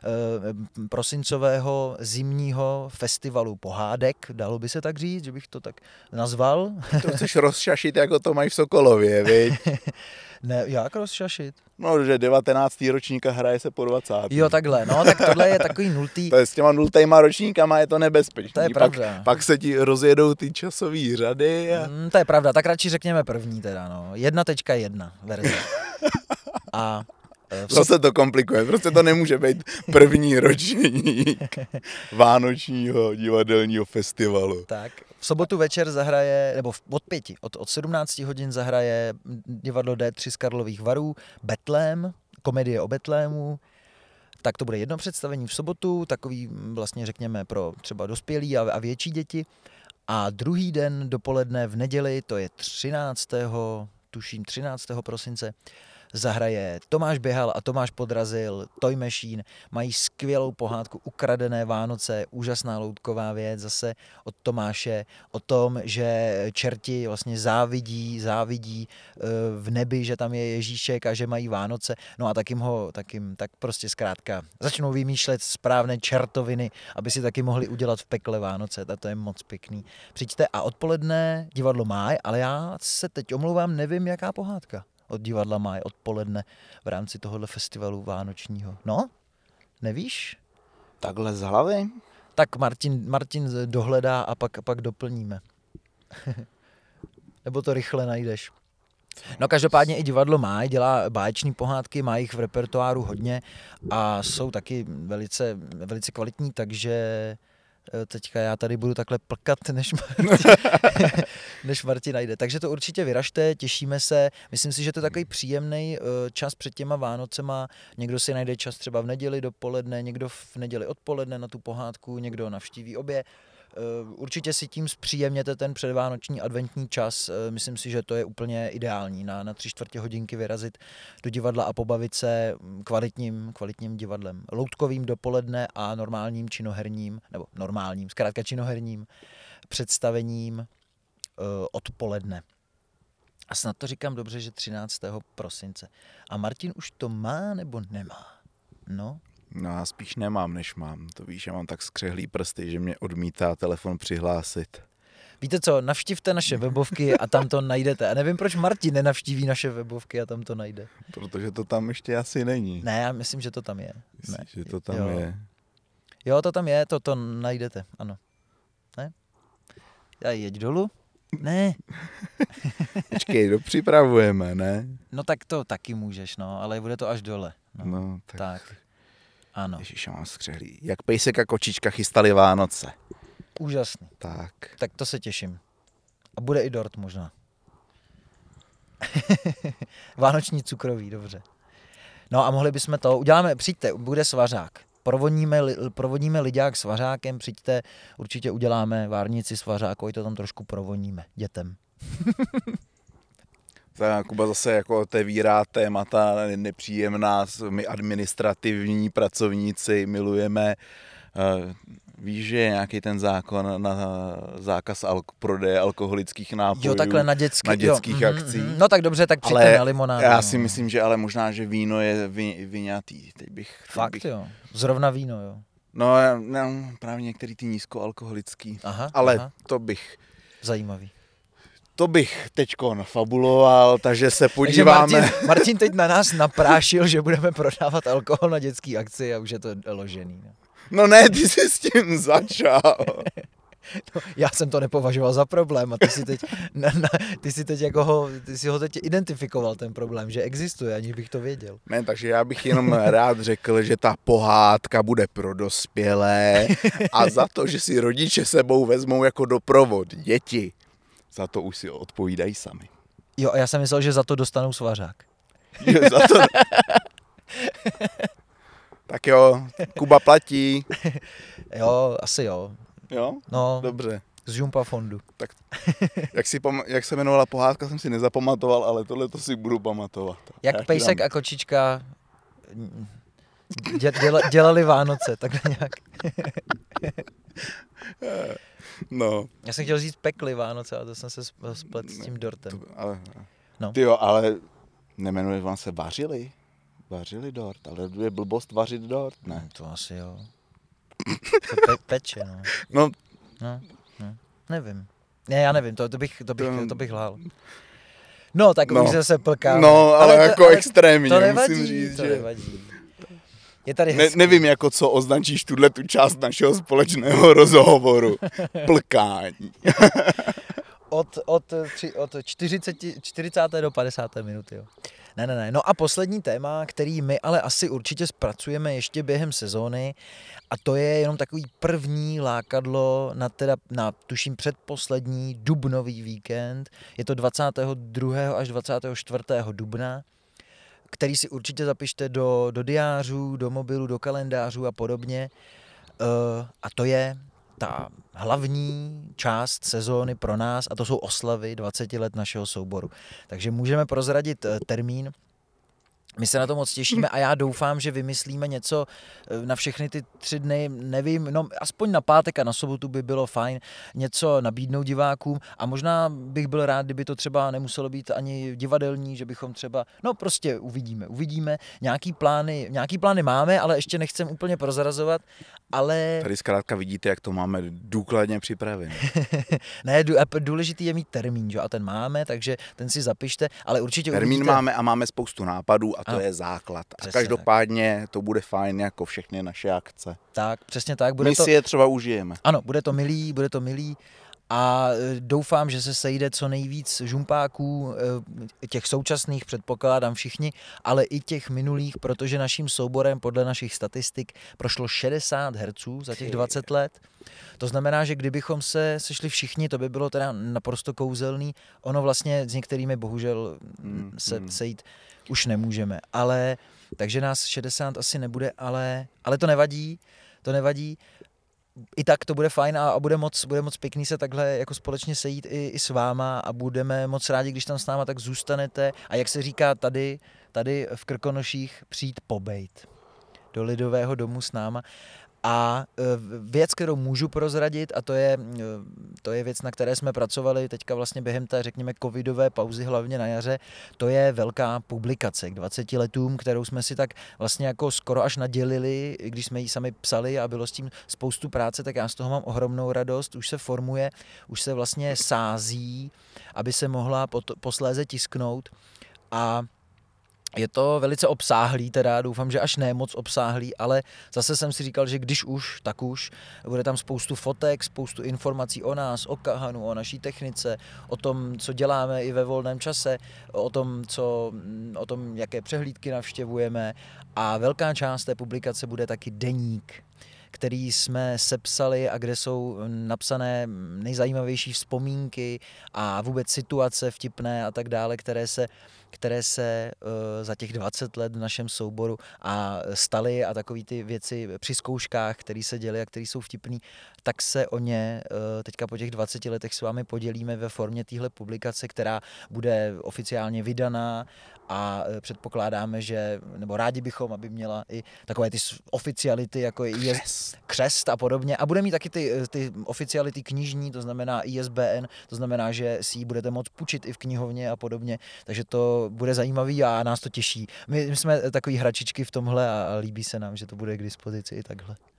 prosincového zimního festivalu pohádek, dalo by se tak říct, že bych to tak nazval. To chceš rozšašit, jako to mají v Sokolově, viď? Ne, jak rozšašit? No, že 19. ročníka hraje se po 20. Jo, takhle, no, tak tohle je takový 0. To je s těma 0. ročníkama je to nebezpečné. To je pravda. Pak se ti rozjedou ty časové řady. A... To je pravda, tak radši řekněme první teda, no. 1.1 verze. A se to komplikuje, prostě to nemůže být první ročník vánočního divadelního festivalu. Tak, v sobotu večer zahraje, nebo od 17 hodin zahraje divadlo D3 z Karlových Varů, Betlém, komedie o Betlému. Tak to bude jedno představení v sobotu, takový vlastně řekněme pro třeba dospělí a větší děti. A druhý den dopoledne v neděli, to je 13. prosince, zahraje Tomáš Běhal a Tomáš Podrazil, Toy Machine, mají skvělou pohádku Ukradené Vánoce, úžasná loutková věc zase od Tomáše o tom, že čerti vlastně závidí v nebi, že tam je Ježíšek a že mají Vánoce, no a tak prostě zkrátka začnou vymýšlet správné čertoviny, aby si taky mohli udělat v pekle Vánoce, a to je moc pěkný. Přijďte a odpoledne divadlo Máj, ale já se teď omlouvám, nevím jaká pohádka. Od divadla Máj odpoledne v rámci tohohle festivalu vánočního. No? Nevíš? Takhle z hlavy? Tak Martin dohledá a pak doplníme. Nebo to rychle najdeš. No každopádně i divadlo Máj dělá báječní pohádky, má jich v repertoáru hodně a jsou taky velice, velice kvalitní, takže teďka já tady budu takhle plkat, než Martin najde. Takže to určitě vyražte, těšíme se. Myslím si, že to je takový příjemný čas před těma Vánocema. Někdo si najde čas třeba v neděli dopoledne, někdo v neděli odpoledne na tu pohádku, někdo navštíví obě. Určitě si tím zpříjemněte ten předvánoční adventní čas. Myslím si, že to je úplně ideální na 3/4 hodinky vyrazit do divadla a pobavit se kvalitním divadlem. Loutkovým dopoledne a normálním činoherním představením odpoledne. A snad to říkám dobře, že 13. prosince. A Martin už to má nebo nemá? No. No já spíš nemám, než mám. To víš, já mám tak skřehlý prsty, že mě odmítá telefon přihlásit. Víte co, navštivte naše webovky a tam to najdete. A nevím, proč Martin nenavštíví naše webovky a tam to najde. Protože to tam ještě asi není. Ne, já myslím, že to tam je. Myslíš, že to tam je? Jo, to tam je, to najdete, ano. Ne? Já jeď dolů? Ne. Počkej, dopřipravujeme, ne? No tak to taky můžeš, no, ale bude to až dole. No tak. Ano. Ježiš, mám skřehlý. Jak pejsek a kočička chystali Vánoce. Úžasný. Tak to se těším. A bude i dort možná. Vánoční cukroví, dobře. No a mohli bychom to, přijďte, bude svařák. Provodíme Liďák svařákem, přijďte, určitě uděláme várnici svařáku, to tam trošku provoníme dětem. Kuba zase jako otevírá témata nepříjemná, my administrativní pracovníci milujeme. Víš, že je nějaký ten zákon na zákaz prodeje alkoholických nápojů? Jo, takhle na dětských akcích. No tak dobře, tak přijďte na limonádu. Já si myslím, že ale možná, že víno je vyňatý. Jo, zrovna víno, jo. No, právě některý ty nízkoalkoholický. Aha, Ale aha. Zajímavý. Zajímavý. To bych teďko fabuloval, takže se podíváme. Takže Martin teď na nás naprášil, že budeme prodávat alkohol na dětský akci a už je to ložený. No. No ne, ty jsi s tím začal. No, já jsem to nepovažoval za problém a ty si ho teď identifikoval ten problém, že existuje, aniž bych to věděl. Ne, takže já bych jenom rád řekl, že ta pohádka bude pro dospělé a za to, že si rodiče sebou vezmou jako doprovod děti, za to už si odpovídají sami. Jo, a já jsem myslel, že za to dostanou svařák. Jo, za to... Tak jo, Kuba platí. Jo, asi jo. Jo? No, Dobře. z Žumpa fondu. Tak, jak se jmenovala pohádka, jsem si nezapamatoval, ale tohle to si budu pamatovat. Jak pejsek a kočička dělali Vánoce, takhle nějak. No. Já jsem chtěl říct pekli Vánoce, ale to jsem se splet s tím dortem. No. Tyjo, ale nemenuje vám se vařili? Vařili dort, ale je blbost vařit dort, ne? To asi jo. To peče, no. No, nevím. Ne, já nevím, to bych lhal. No, tak už se plká. No, ale jako extrémně, to nevadí, musím říct, to že... nevadí. Je tady hezky. Nevím, jako co označíš tuhle tu část našeho společného rozhovoru. Plkání. Od 40 do 50 minuty, jo. Ne. No a poslední téma, který my ale asi určitě zpracujeme ještě během sezóny, a to je jenom takový první lákadlo na tuším předposlední dubnový víkend. Je to 22. až 24. dubna, který si určitě zapište do diářů, do mobilu, do kalendářů a podobně. A to je ta hlavní část sezóny pro nás, a to jsou oslavy 20 let našeho souboru. Takže můžeme prozradit termín. My se na to moc těšíme a já doufám, že vymyslíme něco na všechny ty 3 dny, nevím, no aspoň na pátek a na sobotu by bylo fajn něco nabídnout divákům a možná bych byl rád, kdyby to třeba nemuselo být ani divadelní, že bychom třeba, no prostě uvidíme, nějaký plány máme, ale ještě nechcem úplně prozrazovat, ale... Tady zkrátka vidíte, jak to máme důkladně připravené. Ne, důležitý je mít termín, že? A ten máme, takže ten si zapište, ale určitě termín uvidíte... máme a máme spoustu nápadů a to je základ. A každopádně tak. To bude fajn jako všechny naše akce. Tak, přesně tak. My si je třeba užijeme. Ano, bude to milý a doufám, že se sejde co nejvíc žumpáků, těch současných předpokládám všichni, ale i těch minulých, protože naším souborem podle našich statistik prošlo 60 herců za těch 20 let. To znamená, že kdybychom se sešli všichni, to by bylo teda naprosto kouzelný. Ono vlastně s některými bohužel se sejít už nemůžeme, ale takže nás 60 asi nebude, ale to nevadí. I tak to bude fajn a bude moc pěkný se takhle jako společně sejít i s váma a budeme moc rádi, když tam s náma tak zůstanete a jak se říká tady v Krkonoších přijít pobejt do Lidového domu s náma. A věc, kterou můžu prozradit, a to je věc, na které jsme pracovali teďka vlastně během té, řekněme, covidové pauzy, hlavně na jaře, to je velká publikace k 20 letům, kterou jsme si tak vlastně jako skoro až nadělili, když jsme ji sami psali a bylo s tím spoustu práce, tak já z toho mám ohromnou radost, už se formuje, už se vlastně sází, aby se mohla posléze tisknout a je to velice obsáhlý, teda doufám, že až ne moc obsáhlý, ale zase jsem si říkal, že když už, tak už. Bude tam spoustu fotek, spoustu informací o nás, o Kahanu, o naší technice, o tom, co děláme i ve volném čase, o tom, jaké přehlídky navštěvujeme a velká část té publikace bude taky deník, který jsme sepsali a kde jsou napsané nejzajímavější vzpomínky a vůbec situace vtipné a tak dále, které se za těch 20 let v našem souboru a staly a takové ty věci při zkouškách, které se děly a které jsou vtipný, tak se o ně teďka po těch 20 letech s vámi podělíme ve formě téhle publikace, která bude oficiálně vydaná a předpokládáme, nebo rádi bychom, aby měla i takové ty oficiality, jako je křest a podobně. A bude mít taky ty oficiality knižní, to znamená ISBN, to znamená, že si ji budete moct půjčit i v knihovně a podobně. Takže to bude zajímavý a nás to těší. My jsme takový hračičky v tomhle a líbí se nám, že to bude k dispozici i takhle.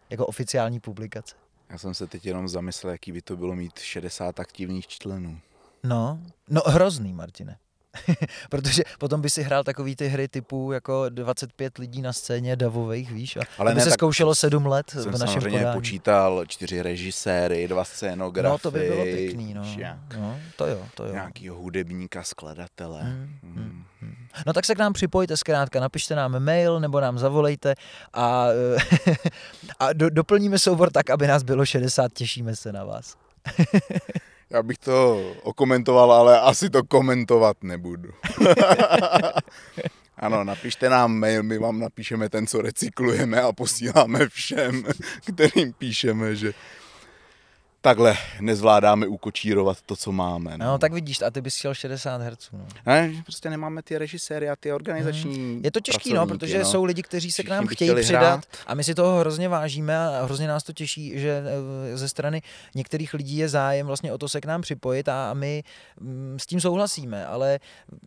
jako oficiální publikace. Já jsem se teď jenom zamyslel, jaký by to bylo mít 60 aktivních členů. No hrozný, Martine. Protože potom by si hrál takový ty hry typu jako 25 lidí na scéně davových, víš? Ale by se zkoušelo 7 let jsem v našem samozřejmě podání. Počítal 4 režiséry, 2 scénografy. No to by bylo pěkný, no. To jo. Nějakýho hudebníka, skladatele. No tak se k nám připojte zkrátka, napište nám mail nebo nám zavolejte a, a doplníme soubor tak, aby nás bylo 60, těšíme se na vás. Já bych to okomentoval, ale asi to komentovat nebudu. Ano, napište nám mail, my vám napíšeme ten, co recyklujeme a posíláme všem, kterým píšeme, že takhle nezvládáme ukočírovat to, co máme. No tak vidíš, a ty bys chtěl 60 Hz. No. Ne, prostě nemáme ty režiséry a ty organizační Je to těžký, protože jsou lidi, kteří se k nám chtějí přidat hrát. a my si toho hrozně vážíme a hrozně nás to těší, že ze strany některých lidí je zájem vlastně o to se k nám připojit a my s tím souhlasíme, ale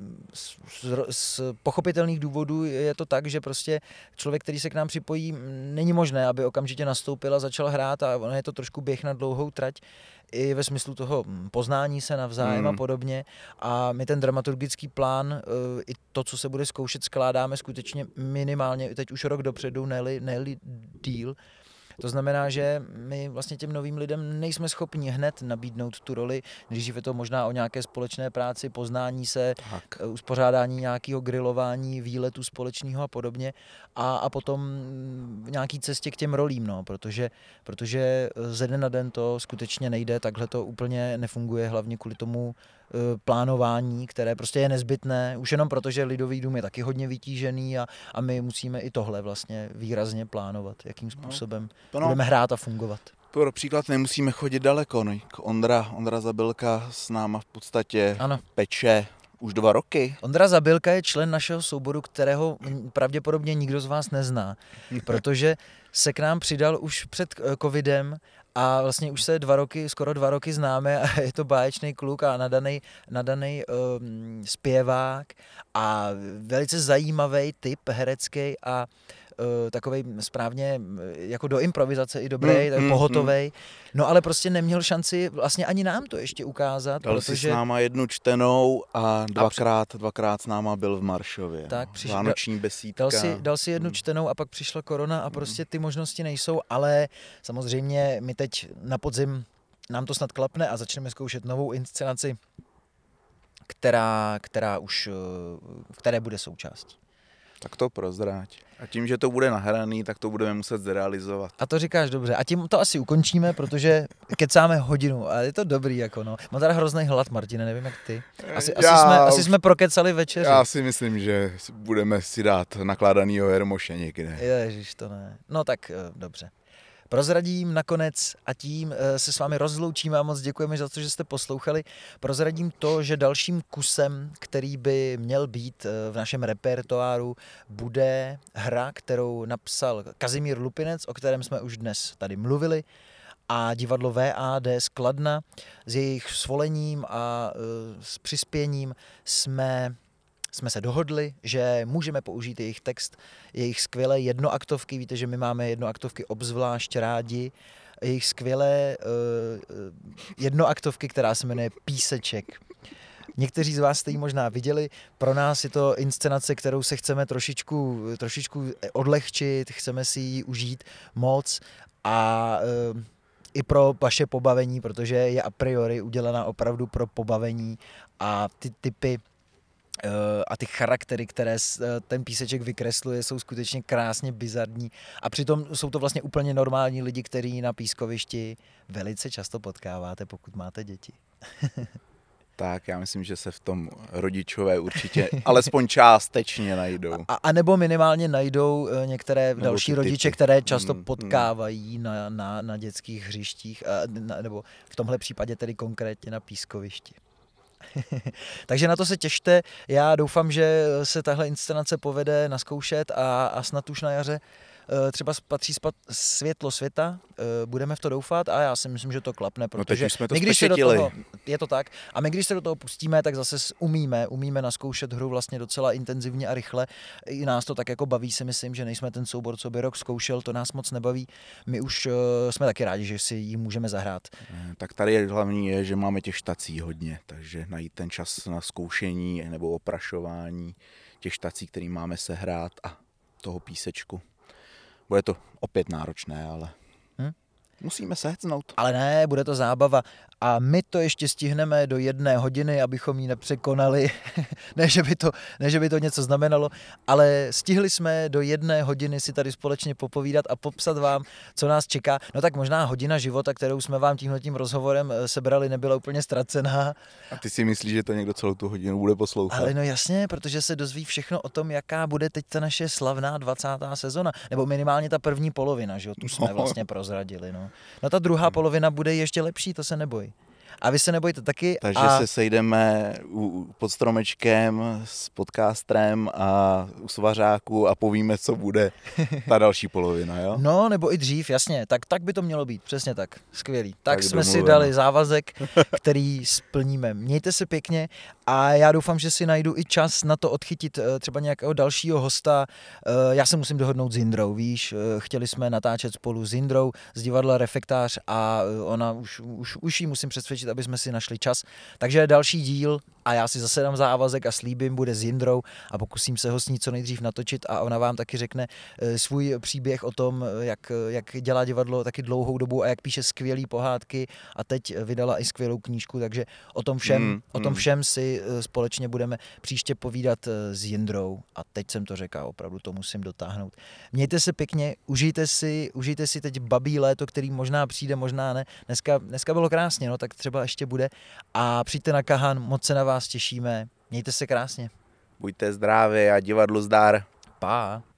z pochopitelných důvodů je to tak, že prostě člověk, který se k nám připojí, není možné, aby okamžitě nastoupil a začal hrát a ono je to trošku běh na dlouhou trať i ve smyslu toho poznání se navzájem a podobně. A my ten dramaturgický plán, i to, co se bude zkoušet, skládáme skutečně minimálně teď už rok dopředu, ne-li díl. To znamená, že my vlastně těm novým lidem nejsme schopni hned nabídnout tu roli, když je to možná o nějaké společné práci, poznání se, uspořádání nějakého grilování, výletu společného a podobně a potom v nějaký cestě k těm rolím, no, protože ze dne na den to skutečně nejde, takhle to úplně nefunguje, hlavně kvůli tomu plánování, které prostě je nezbytné, už jenom proto, že Lidový dům je taky hodně vytížený a my musíme i tohle vlastně výrazně plánovat, jakým způsobem budeme hrát a fungovat. Pro příklad nemusíme chodit daleko. No. Ondra Zabilka s náma v podstatě peče už 2 roky. Ondra Zabilka je člen našeho souboru, kterého pravděpodobně nikdo z vás nezná, protože se k nám přidal už před covidem a vlastně už se skoro 2 roky známe a je to báječný kluk a nadaný zpěvák a velice zajímavý typ herecký a takovej správně jako do improvizace i dobrý, pohotovej. No ale prostě neměl šanci vlastně ani nám to ještě ukázat. Dal si s náma 1 čtenou a dvakrát s náma byl v Maršově. Tak, Vánoční besídka. Dal si 1 čtenou a pak přišla korona a prostě ty možnosti nejsou, ale samozřejmě my teď na podzim nám to snad klapne a začneme zkoušet novou inscenaci, které bude součástí. Tak to prozrať. A tím, že to bude nahraný, tak to budeme muset zrealizovat. A to říkáš dobře. A tím to asi ukončíme, protože kecáme hodinu. A je to dobrý, jako no. Mám teda hrozný hlad, Martine, nevím jak ty. Asi jsme prokecali večeři. Já si myslím, že budeme si dát nakládanýho hermoše někde. Ježiš, to ne. No tak dobře. Prozradím nakonec a tím se s vámi rozloučíme a moc děkujeme za to, že jste poslouchali. Prozradím to, že dalším kusem, který by měl být v našem repertoáru, bude hra, kterou napsal Kazimír Lupinec, o kterém jsme už dnes tady mluvili, a divadlo VAD z Kladna. S jejich svolením a s přispěním jsme se dohodli, že můžeme použít jejich text, jejich skvělé jednoaktovky. Víte, že my máme jednoaktovky obzvlášť rádi. Jejich skvělé jednoaktovky, která se jmenuje Píseček. Někteří z vás jste ji možná viděli. Pro nás je to inscenace, kterou se chceme trošičku odlehčit, chceme si ji užít moc a i pro vaše pobavení, protože je a priori udělaná opravdu pro pobavení a ty typy a ty charaktery, které ten Píseček vykresluje, jsou skutečně krásně bizarní a přitom jsou to vlastně úplně normální lidi, který na pískovišti velice často potkáváte, pokud máte děti. Tak, já myslím, že se v tom rodičové určitě alespoň částečně najdou. A nebo minimálně najdou některé další rodiče, které často potkávají na dětských hřištích, nebo v tomhle případě tedy konkrétně na pískovišti. Takže na to se těšte. Já doufám, že se tahle inscenace povede naskoušet a snad už na jaře třeba patří světlo světa. Budeme v to doufat a já si myslím, že to klapne, protože teď už jsme to my, když se do toho, je to tak. A my, když se do toho pustíme, tak zase umíme naskoušet hru vlastně docela intenzivně a rychle. I nás to tak jako baví, si myslím, že nejsme ten soubor, co by rok zkoušel, to nás moc nebaví. My už jsme taky rádi, že si ji můžeme zahrát. Tak tady hlavní je, že máme těch štací hodně, takže najít ten čas na zkoušení nebo oprašování těch štací, který máme sehrát a toho písečku. Bude to opět náročné, ale musíme se hecnout. Ale ne, bude to zábava. A my to ještě stihneme do 1 hodiny, abychom ji nepřekonali. ne, že by to něco znamenalo, ale stihli jsme do 1 hodiny si tady společně popovídat a popsat vám, co nás čeká. No tak možná hodina života, kterou jsme vám tímhletím rozhovorem sebrali, nebyla úplně ztracená. A ty si myslíš, že to někdo celou tu hodinu bude poslouchat? Ale no jasně, protože se dozví všechno o tom, jaká bude teď ta naše slavná 20. sezona. Nebo minimálně ta první polovina, že jo? Tu jsme vlastně prozradili. No ta druhá polovina bude ještě lepší, to se neboj. A vy se nebojte taky. Takže se sejdeme pod stromečkem s podcastrem a u svařáku a povíme, co bude ta další polovina, jo? No, nebo i dřív, jasně. Tak by to mělo být, přesně tak. Skvělý. Tak jsme domluveno. si dali závazek, který splníme. Mějte se pěkně a já doufám, že si najdu i čas na to odchytit třeba nějakého dalšího hosta. Já se musím dohodnout s Jindrou, víš. Chtěli jsme natáčet spolu s Jindrou z divadla Refektář a ona už jí musím přesvědčit, aby jsme si našli čas. Takže další díl a já si zase dám závazek a slíbím, bude s Jindrou a pokusím se ho s ní co nejdřív natočit a ona vám taky řekne svůj příběh o tom, jak dělá divadlo taky dlouhou dobu a jak píše skvělý pohádky a teď vydala i skvělou knížku, takže o tom všem si společně budeme příště povídat s Jindrou a teď jsem to řekl, opravdu to musím dotáhnout. Mějte se pěkně, užijte si teď babí léto, který možná přijde, možná ne. Dneska bylo krásně, no tak třeba ještě bude a přijďte na Kahan, moc se na vás těšíme. Mějte se krásně. Buďte zdraví a divadlu zdar. Pa.